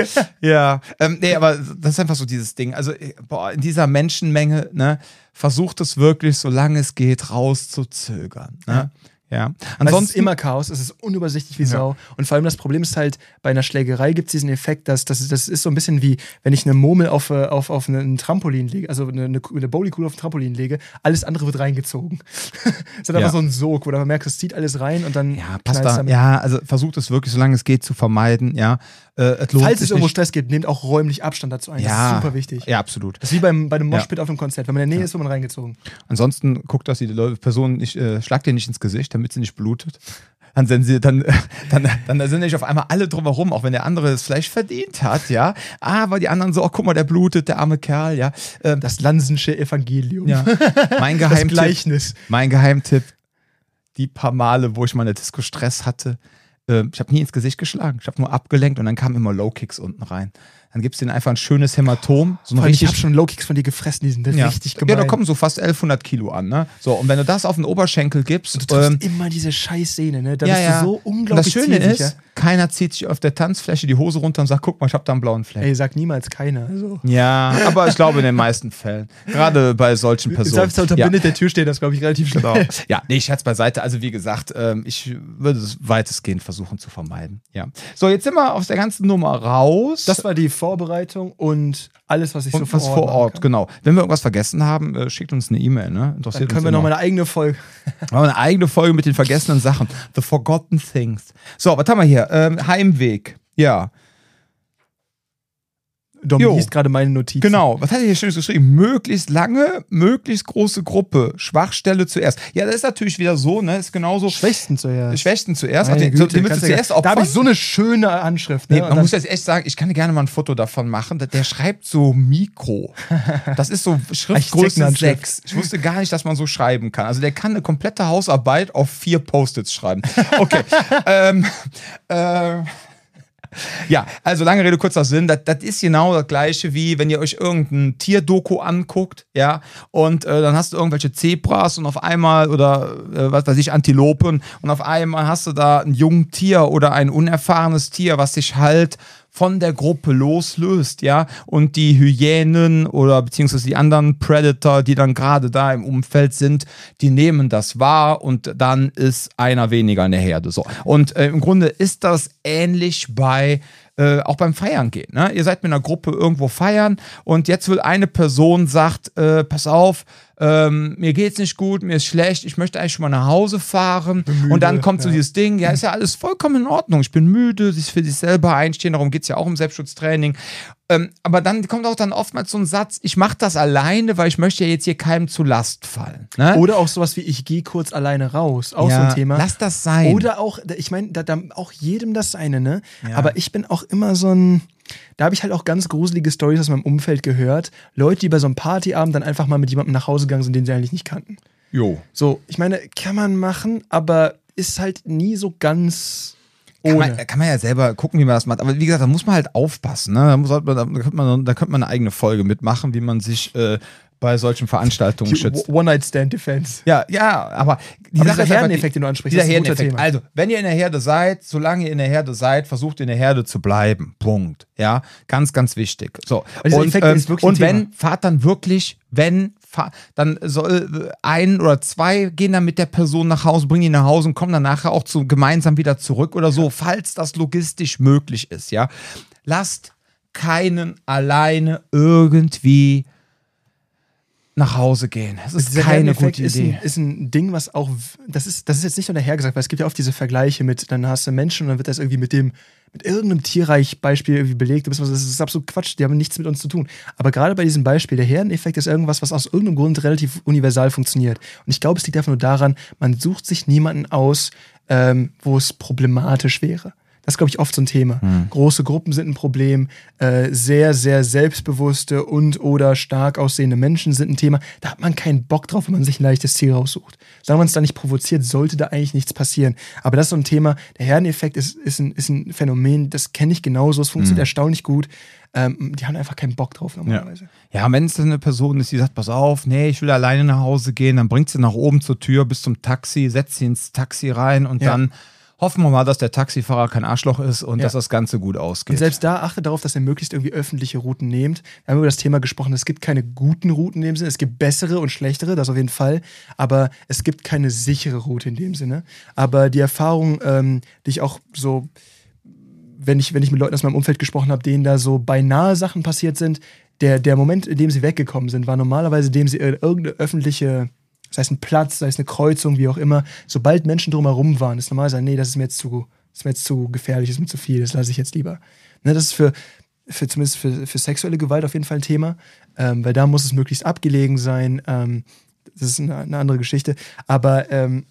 Ja. Ähm, nee, aber das ist einfach so dieses Ding. Also, boah, in dieser Menschenmenge, ne, versucht es wirklich, solange es geht, rauszuzögern. Ne? Ja. Ansonsten es ist immer Chaos, es ist unübersichtlich wie Ja. Sau. Und vor allem das Problem ist halt, bei einer Schlägerei gibt es diesen Effekt, dass das, das ist so ein bisschen wie, wenn ich eine Murmel auf, äh, auf, auf einen Trampolin lege, also eine, eine eine Bowlingkugel auf ein Trampolin lege, alles andere wird reingezogen. Es ist einfach Ja. so ein Sog, wo du merkst, es zieht alles rein und dann Ja, passt knallt's da. damit. Ja, also versucht es wirklich, solange es geht, zu vermeiden. Ja. Äh, es lohnt Falls sich es irgendwo nicht. Stress gibt, nehmt auch räumlich Abstand dazu ein. Ja. Das ist super wichtig. Ja, absolut. Das ist wie beim, bei einem Ja. Moshpit auf einem Konzert. Wenn man in der Nähe ist, wird man reingezogen. Ansonsten guckt, dass die Leute, Person nicht, äh, schlagt ihr nicht ins Gesicht, damit sie nicht blutet. Dann sind sie, dann, dann, dann sind nicht auf einmal alle drumherum, auch wenn der andere es vielleicht verdient hat, ja. Aber die anderen so, oh, guck mal, der blutet, der arme Kerl, ja. Ähm, Das Lansensche Evangelium. ja. Mein Das Geheimtipp, Gleichnis. mein Geheimtipp, die paar Male, wo ich mal eine Disco Stress hatte, äh, ich habe nie ins Gesicht geschlagen, ich habe nur abgelenkt und dann kamen immer Low Kicks unten rein. Dann gibt es denen einfach ein schönes Hämatom. So ein Vor allem, ich richtig habe schon Low-Kicks von dir gefressen, die sind ja. richtig Ja, gemein. da kommen so fast elfhundert Kilo an, ne? So, und wenn du das auf den Oberschenkel gibst, Und du triffst ähm, immer diese scheiß Sehne, ne? Da ja, bist ja. du so Und unglaublich das Schöne zielsicher. ist, keiner zieht sich auf der Tanzfläche die Hose runter und sagt, guck mal, ich hab da einen blauen Fleck. Ey, sag niemals keiner. Also. Ja, aber ich glaube in den meisten Fällen. Gerade bei solchen Personen. Selbst unterbindet der Türsteher das, glaube ich, relativ schnell. Genau. Ja, nee, Scherz beiseite. Also wie gesagt, ähm, ich würde es weitestgehend versuchen zu vermeiden. Ja. So, jetzt sind wir aus der ganzen Nummer raus. Das war die Vorbereitung und alles, was ich so und was vor Ort, vor machen Ort, kann. genau. Wenn wir irgendwas vergessen haben, äh, schickt uns eine E-Mail. Ne? Dann können wir noch mal eine eigene Folge. Machen wir eine eigene Folge mit den vergessenen Sachen. The Forgotten Things. So, was haben wir hier? Ähm, Heimweg. Ja. Dom Jo. liest gerade meine Notizen. Genau, was hat er hier schön geschrieben? Möglichst lange, möglichst große Gruppe, Schwachstelle zuerst. Ja, das ist natürlich wieder so, ne? Ist genauso. Schwächsten zuerst. Schwächsten zuerst. Meine Ach, den, Güte, den willst kannst du ja- zuerst Da habe opfern? ich so eine schöne Anschrift. Ne? Nee, Und man dann- muss jetzt echt sagen, ich kann dir gerne mal ein Foto davon machen. Der, der schreibt so Mikro. Das ist so Schriftgröße Architektenhandschrift. sechs. Ich wusste gar nicht, dass man so schreiben kann. Also der kann eine komplette Hausarbeit auf vier Post-its schreiben. Okay. ähm, äh, Ja, also lange Rede, kurzer Sinn, das, das ist genau das Gleiche wie, wenn ihr euch irgendein Tierdoku anguckt, ja, und äh, dann hast du irgendwelche Zebras und auf einmal, oder äh, was weiß ich, Antilopen, und auf einmal hast du da ein junges Tier oder ein unerfahrenes Tier, was sich halt von der Gruppe loslöst, ja, und die Hyänen oder beziehungsweise die anderen Predator, die dann gerade da im Umfeld sind, die nehmen das wahr und dann ist einer weniger in der Herde. So. Und äh, im Grunde ist das ähnlich bei äh, auch beim Feiern gehen. Ne? Ihr seid mit einer Gruppe irgendwo feiern und jetzt will eine Person sagt, äh, pass auf, ähm, mir geht's nicht gut, mir ist schlecht, ich möchte eigentlich schon mal nach Hause fahren. Bin müde, Und dann kommt so ja. dieses Ding, ja, ist ja alles vollkommen in Ordnung. Ich bin müde, sich für sich selber einstehen, darum geht's ja auch im Selbstschutztraining. Ähm, aber dann kommt auch dann oftmals so ein Satz, ich mache das alleine, weil ich möchte ja jetzt hier keinem zu Last fallen. Ne? Oder auch sowas wie, ich gehe kurz alleine raus. Auch so Ja, ein Thema. lass das sein. Oder auch, ich meine, da, da auch jedem das seine, ne? Ja. Aber ich bin auch immer so ein, da habe ich halt auch ganz gruselige Storys aus meinem Umfeld gehört. Leute, die bei so einem Partyabend dann einfach mal mit jemandem nach Hause gegangen sind, den sie eigentlich nicht kannten. Jo. So, ich meine, kann man machen, aber ist halt nie so ganz Kann ohne. man, kann man ja selber gucken, wie man das macht. Aber wie gesagt, da muss man halt aufpassen. Ne? Da, muss, halt- da, könnte man, da könnte man eine eigene Folge mitmachen, wie man sich äh, bei solchen Veranstaltungen Die schützt. One-Night-Stand-Defense. Ja, ja, aber die Aber Sache dieser ist einfach, Herdeneffekt, den du ansprichst, dieser das ist ein guter Herdeneffekt. Thema. Also, wenn ihr in der Herde seid, solange ihr in der Herde seid, versucht in der Herde zu bleiben. Punkt. Ja, ganz, ganz wichtig. So. Weil dieser Und, Effekt ähm, ist wirklich ein und wenn, Thema. fahrt dann wirklich, wenn, fahr, dann soll ein oder zwei gehen dann mit der Person nach Hause, bringen die nach Hause und kommen dann nachher auch zu, gemeinsam wieder zurück oder so, falls das logistisch möglich ist. Ja, lasst keinen alleine irgendwie nach Hause gehen. Das ist Dieser keine Herdeneffekt gute ist Idee. ein, ist ein Ding, was auch, das ist, das ist jetzt nicht nur dahergesagt, weil es gibt ja oft diese Vergleiche mit, dann hast du Menschen und dann wird das irgendwie mit dem, mit irgendeinem Tierreich-Beispiel irgendwie belegt. Du bist was, das ist absolut Quatsch, die haben nichts mit uns zu tun. Aber gerade bei diesem Beispiel, der Herdeneffekt ist irgendwas, was aus irgendeinem Grund relativ universal funktioniert. Und ich glaube, es liegt einfach nur daran, man sucht sich niemanden aus, ähm, wo es problematisch wäre. Das ist, glaube ich, oft so ein Thema. Hm. Große Gruppen sind ein Problem, äh, sehr, sehr selbstbewusste und oder stark aussehende Menschen sind ein Thema. Da hat man keinen Bock drauf, wenn man sich ein leichtes Ziel raussucht. Solange man es da nicht provoziert, sollte da eigentlich nichts passieren. Aber das ist so ein Thema, der Herdeneffekt ist, ist, ein, ist ein Phänomen, das kenne ich genauso, es funktioniert Hm. erstaunlich gut. Ähm, die haben einfach keinen Bock drauf normalerweise. Ja, ja, wenn es dann eine Person ist, die sagt, pass auf, nee, ich will alleine nach Hause gehen, dann bringt sie nach oben zur Tür bis zum Taxi, setzt sie ins Taxi rein und Ja. dann hoffen wir mal, dass der Taxifahrer kein Arschloch ist und Ja. dass das Ganze gut ausgeht. Und selbst da achtet darauf, dass ihr möglichst irgendwie öffentliche Routen nehmt. Wir haben über das Thema gesprochen, es gibt keine guten Routen in dem Sinne, es gibt bessere und schlechtere, das auf jeden Fall, aber es gibt keine sichere Route in dem Sinne. Aber die Erfahrung, ähm, die ich auch so, wenn ich, wenn ich mit Leuten aus meinem Umfeld gesprochen habe, denen da so beinahe Sachen passiert sind, der, der Moment, in dem sie weggekommen sind, war normalerweise, in dem sie irgendeine öffentliche, sei es ein Platz, sei es eine Kreuzung, wie auch immer, sobald Menschen drumherum waren, ist normal sagen, nee, das ist mir jetzt zu, das ist mir jetzt zu gefährlich, das ist mir zu viel, das lasse ich jetzt lieber. Ne, das ist für, für zumindest für, für sexuelle Gewalt auf jeden Fall ein Thema, ähm, weil da muss es möglichst abgelegen sein. Ähm, das ist eine, eine andere Geschichte. Aber ähm,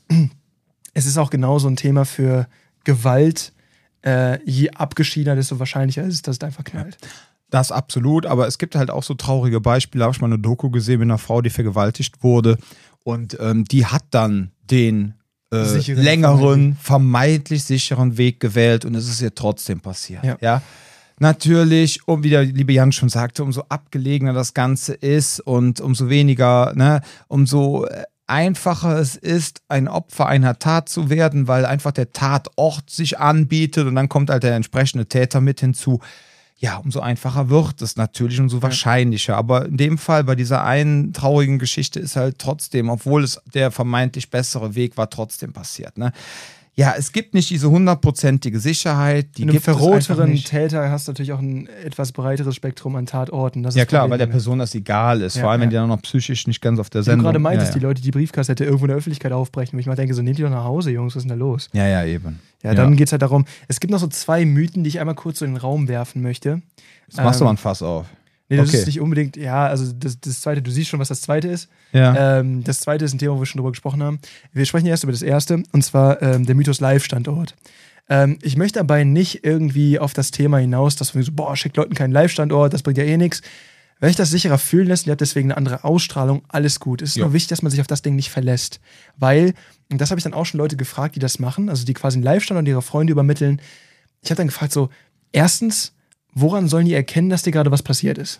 es ist auch genauso ein Thema für Gewalt. Äh, je abgeschiedener, desto wahrscheinlicher ist es, dass es einfach knallt. Das absolut, aber es gibt halt auch so traurige Beispiele. Da habe ich mal eine Doku gesehen mit einer Frau, die vergewaltigt wurde und ähm, die hat dann den äh, Sicheren, längeren, vermeintlich. vermeintlich sicheren Weg gewählt und es ist ihr trotzdem passiert. Ja. Ja. Natürlich, um wie der liebe Jan schon sagte, umso abgelegener das Ganze ist und umso weniger, ne, umso äh, einfacher es ist, ein Opfer einer Tat zu werden, weil einfach der Tatort sich anbietet und dann kommt halt der entsprechende Täter mit hinzu. Ja, umso einfacher wird es natürlich, umso wahrscheinlicher. Aber in dem Fall, bei dieser einen traurigen Geschichte ist halt trotzdem, obwohl es der vermeintlich bessere Weg war, trotzdem passiert. Ne? Ja, es gibt nicht diese hundertprozentige Sicherheit. Die In einem gibt es einfach verroteren nicht. Täter hast du natürlich auch ein etwas breiteres Spektrum an Tatorten. Das Ja ist klar, Problem, weil der ne? Person das egal ist. Ja, Vor allem, wenn ja. die dann noch psychisch nicht ganz auf der Wie du Sendung gerade meintest, ja, ja. die Leute, die Briefkasse hätte irgendwo in der Öffentlichkeit aufbrechen. Wo ich mal denke, so nehmt die doch nach Hause, Jungs, was ist denn da los? Ja, ja, eben. Ja, dann geht es halt darum, es gibt noch so zwei Mythen, die ich einmal kurz so in den Raum werfen möchte. Jetzt machst du Ähm, mal ein Fass auf. Nee, das Okay. ist nicht unbedingt, ja, also das, das zweite, du siehst schon, was das zweite ist. Ja. Ähm, das zweite ist ein Thema, wo wir schon drüber gesprochen haben. Wir sprechen erst über das erste, und zwar ähm, der Mythos Live-Standort. Ähm, ich möchte dabei nicht irgendwie auf das Thema hinaus, dass wir so, boah, schickt Leuten keinen Live-Standort, das bringt ja eh nichts. Wenn euch das sicherer fühlen lässt und ihr habt deswegen eine andere Ausstrahlung, alles gut. Es ist Ja. nur wichtig, dass man sich auf das Ding nicht verlässt. Weil, und das habe ich dann auch schon Leute gefragt, die das machen, also die quasi einen Live-Standort ihre Freunde übermitteln. Ich habe dann gefragt so, erstens, woran sollen die erkennen, dass dir gerade was passiert ist?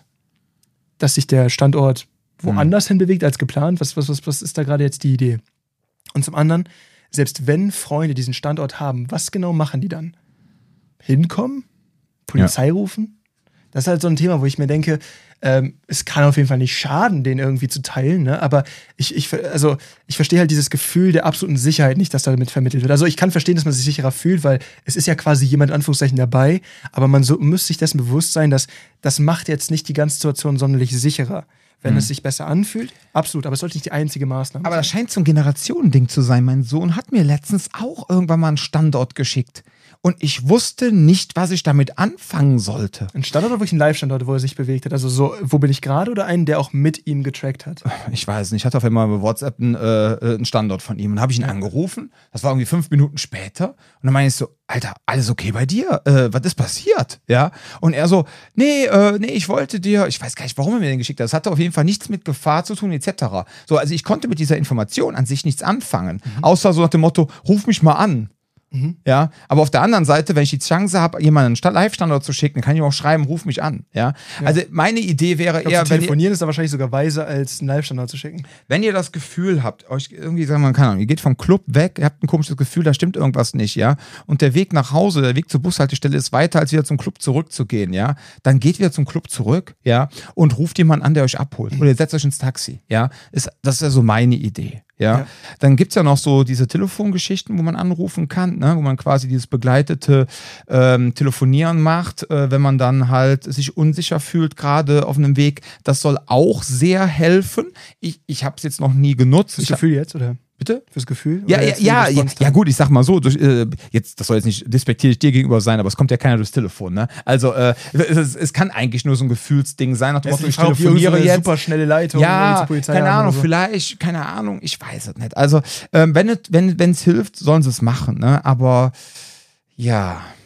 Dass sich der Standort woanders hin bewegt als geplant? Was, was, was, was ist da gerade jetzt die Idee? Und zum anderen, selbst wenn Freunde diesen Standort haben, was genau machen die dann? Hinkommen? Polizei rufen? Das ist halt so ein Thema, wo ich mir denke, ähm, es kann auf jeden Fall nicht schaden, den irgendwie zu teilen, ne? Aber ich, ich, also, ich verstehe halt dieses Gefühl der absoluten Sicherheit nicht, das damit vermittelt wird. Also ich kann verstehen, dass man sich sicherer fühlt, weil es ist ja quasi jemand in Anführungszeichen dabei, aber man so, muss sich dessen bewusst sein, dass das macht jetzt nicht die ganze Situation sonderlich sicherer. Wenn Mhm. es sich besser anfühlt, absolut, aber es sollte nicht die einzige Maßnahme Aber das sein. scheint so ein Generationending zu sein. Mein Sohn hat mir letztens auch irgendwann mal einen Standort geschickt. Und ich wusste nicht, was ich damit anfangen sollte. Ein Standort oder wirklich ein Live-Standort, wo er sich bewegt hat? Also so, wo bin ich gerade oder einen, der auch mit ihm getrackt hat? Ich weiß nicht, ich hatte auf einmal bei WhatsApp einen, äh, einen Standort von ihm und habe ich ihn angerufen. Das war irgendwie fünf Minuten später. Und dann meine ich so, Alter, alles okay bei dir? Äh, was ist passiert? Ja. Und er so, nee, äh, nee, ich wollte dir, ich weiß gar nicht, warum er mir den geschickt hat. Das hatte auf jeden Fall nichts mit Gefahr zu tun, et cetera. So, also ich konnte mit dieser Information an sich nichts anfangen. Mhm. Außer so nach dem Motto, ruf mich mal an. Ja, aber auf der anderen Seite, wenn ich die Chance habe, jemanden einen Sta- Live-Standort zu schicken, dann kann ich auch schreiben, ruf mich an. Ja? Also meine Idee wäre Ich glaub, eher, zu wenn ihr, telefonieren ist da wahrscheinlich sogar weiser, als einen Live-Standort zu schicken. wenn ihr das Gefühl habt, euch irgendwie sagen wir mal, keine Ahnung, ihr geht vom Club weg, ihr habt ein komisches Gefühl, da stimmt irgendwas nicht, ja, und der Weg nach Hause, der Weg zur Bushaltestelle ist weiter, als wieder zum Club zurückzugehen, ja, dann geht wieder zum Club zurück, ja, und ruft jemanden an, der euch abholt. Oder ihr setzt euch ins Taxi, ja. Ist, das ist ja so meine Idee. Ja, Ja. dann gibt es ja noch so diese Telefongeschichten, wo man anrufen kann, ne? Wo man quasi dieses begleitete ähm, Telefonieren macht, äh, wenn man dann halt sich unsicher fühlt, gerade auf einem Weg. Das soll auch sehr helfen. Ich, ich habe es jetzt noch nie genutzt. Fürs Ich hab, Gefühl jetzt, oder? bitte? Fürs Gefühl? Ja, Oder ja, jetzt die ja, ja, Response ja, dann? gut, ich sag mal so, durch, äh, jetzt, das soll jetzt nicht despektierlich dir gegenüber sein, aber es kommt ja keiner durchs Telefon, ne? Also, äh, es, es kann eigentlich nur so ein Gefühlsding sein, nach dem Das Motto, ist ich die Frage, ob die irgend so telefoniere eine jetzt. super schnelle Leitung Ja, zur Polizei keine haben Ahnung, oder so. vielleicht, keine Ahnung, ich weiß es nicht. Also, ähm, wenn es wenn, wenn's hilft, sollen sie es machen, ne? Aber ja,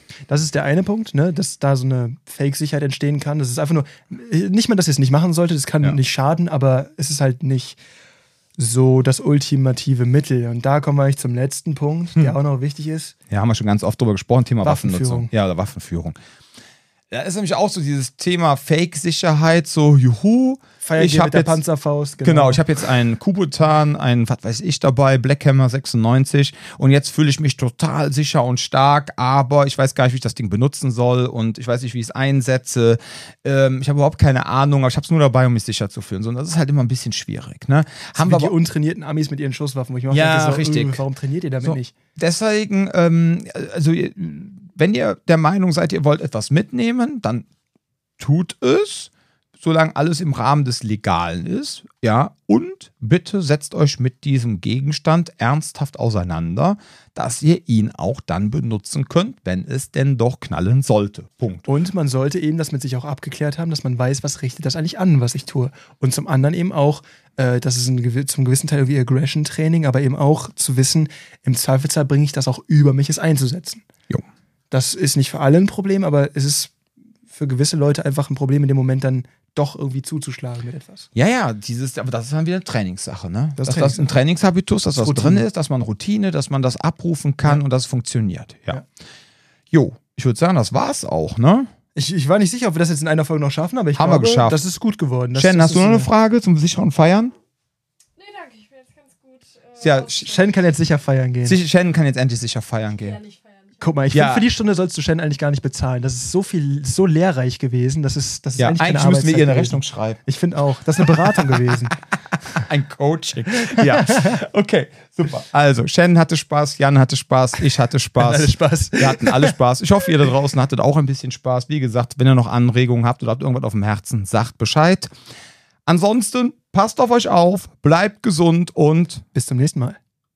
Das ist der eine Punkt, ne, dass da so eine Fake-Sicherheit entstehen kann. Das ist einfach nur, nicht mal, dass ihr es nicht machen solltet, das kann Ja. nicht schaden, aber es ist halt nicht so das ultimative Mittel. Und da kommen wir eigentlich zum letzten Punkt, der auch noch wichtig ist. Ja, haben wir schon ganz oft drüber gesprochen, Thema Waffenführung. Waffennutzung. Ja, oder Waffenführung. Da ist nämlich auch so dieses Thema Fake-Sicherheit, so juhu. Feiern Ich geht habe mit der jetzt, Panzerfaust. genau, ich habe jetzt einen Kubotan, einen, was weiß ich dabei, Blackhammer sechsundneunzig und jetzt fühle ich mich total sicher und stark, aber ich weiß gar nicht, wie ich das Ding benutzen soll und ich weiß nicht, wie ich es einsetze. Ähm, ich habe überhaupt keine Ahnung, aber ich habe es nur dabei, um mich sicher zu fühlen. So, und das ist halt immer ein bisschen schwierig. Ne? Haben Wie wir die aber untrainierten Amis mit ihren Schusswaffen, wo ich mir auch Ja, denke, so, richtig. äh, warum trainiert ihr damit So, nicht? Deswegen, ähm, also ihr- wenn ihr der Meinung seid, ihr wollt etwas mitnehmen, dann tut es, solange alles im Rahmen des Legalen ist. Ja, und bitte setzt euch mit diesem Gegenstand ernsthaft auseinander, dass ihr ihn auch dann benutzen könnt, wenn es denn doch knallen sollte. Punkt. Und man sollte eben das mit sich auch abgeklärt haben, dass man weiß, was richtet das eigentlich an, was ich tue. Und zum anderen eben auch, äh, das ist ein, gewi- zum gewissen Teil wie Aggression-Training, aber eben auch zu wissen, im Zweifelsfall bringe ich das auch über mich, es einzusetzen. Jo. Das ist nicht für alle ein Problem, aber es ist für gewisse Leute einfach ein Problem, in dem Moment dann doch irgendwie zuzuschlagen mit etwas. Ja, ja, dieses, aber das ist dann wieder eine Trainingssache, ne? Das dass ist das ein Trainingshabitus, dass das Routine. drin ist, dass man Routine, dass man das abrufen kann Ja. und das funktioniert. Ja. Ja. Jo, ich würde sagen, das war's auch, ne? Ich, ich war nicht sicher, ob wir das jetzt in einer Folge noch schaffen, aber ich Haben wir glaube, geschafft. das ist gut geworden. Das, Shen, das hast du ist noch eine Frage zum sicheren Feiern? Nee, danke, ich bin jetzt ganz gut. Äh, Ja, ausgestattet. Shen kann jetzt sicher feiern gehen. Sich- Shen kann jetzt endlich sicher feiern Ja, gehen. nicht feiern. Nicht Guck mal, ich Ja. finde, für die Stunde sollst du Shen eigentlich gar nicht bezahlen. Das ist so viel, so lehrreich gewesen. Das ist, das ist Ja, eigentlich keine eigentlich müssen wir ihr eine Arbeitszeit Rechnung gewesen. schreiben. Ich finde auch. Das ist eine Beratung gewesen. Ein Coaching. Ja, okay, super. Also, Shen hatte Spaß, Jan hatte Spaß, ich hatte Spaß. Alles Spaß. Wir hatten alle Spaß. Ich hoffe, ihr da draußen hattet auch ein bisschen Spaß. Wie gesagt, wenn ihr noch Anregungen habt oder habt irgendwas auf dem Herzen, sagt Bescheid. Ansonsten, passt auf euch auf, bleibt gesund und Bis zum nächsten Mal.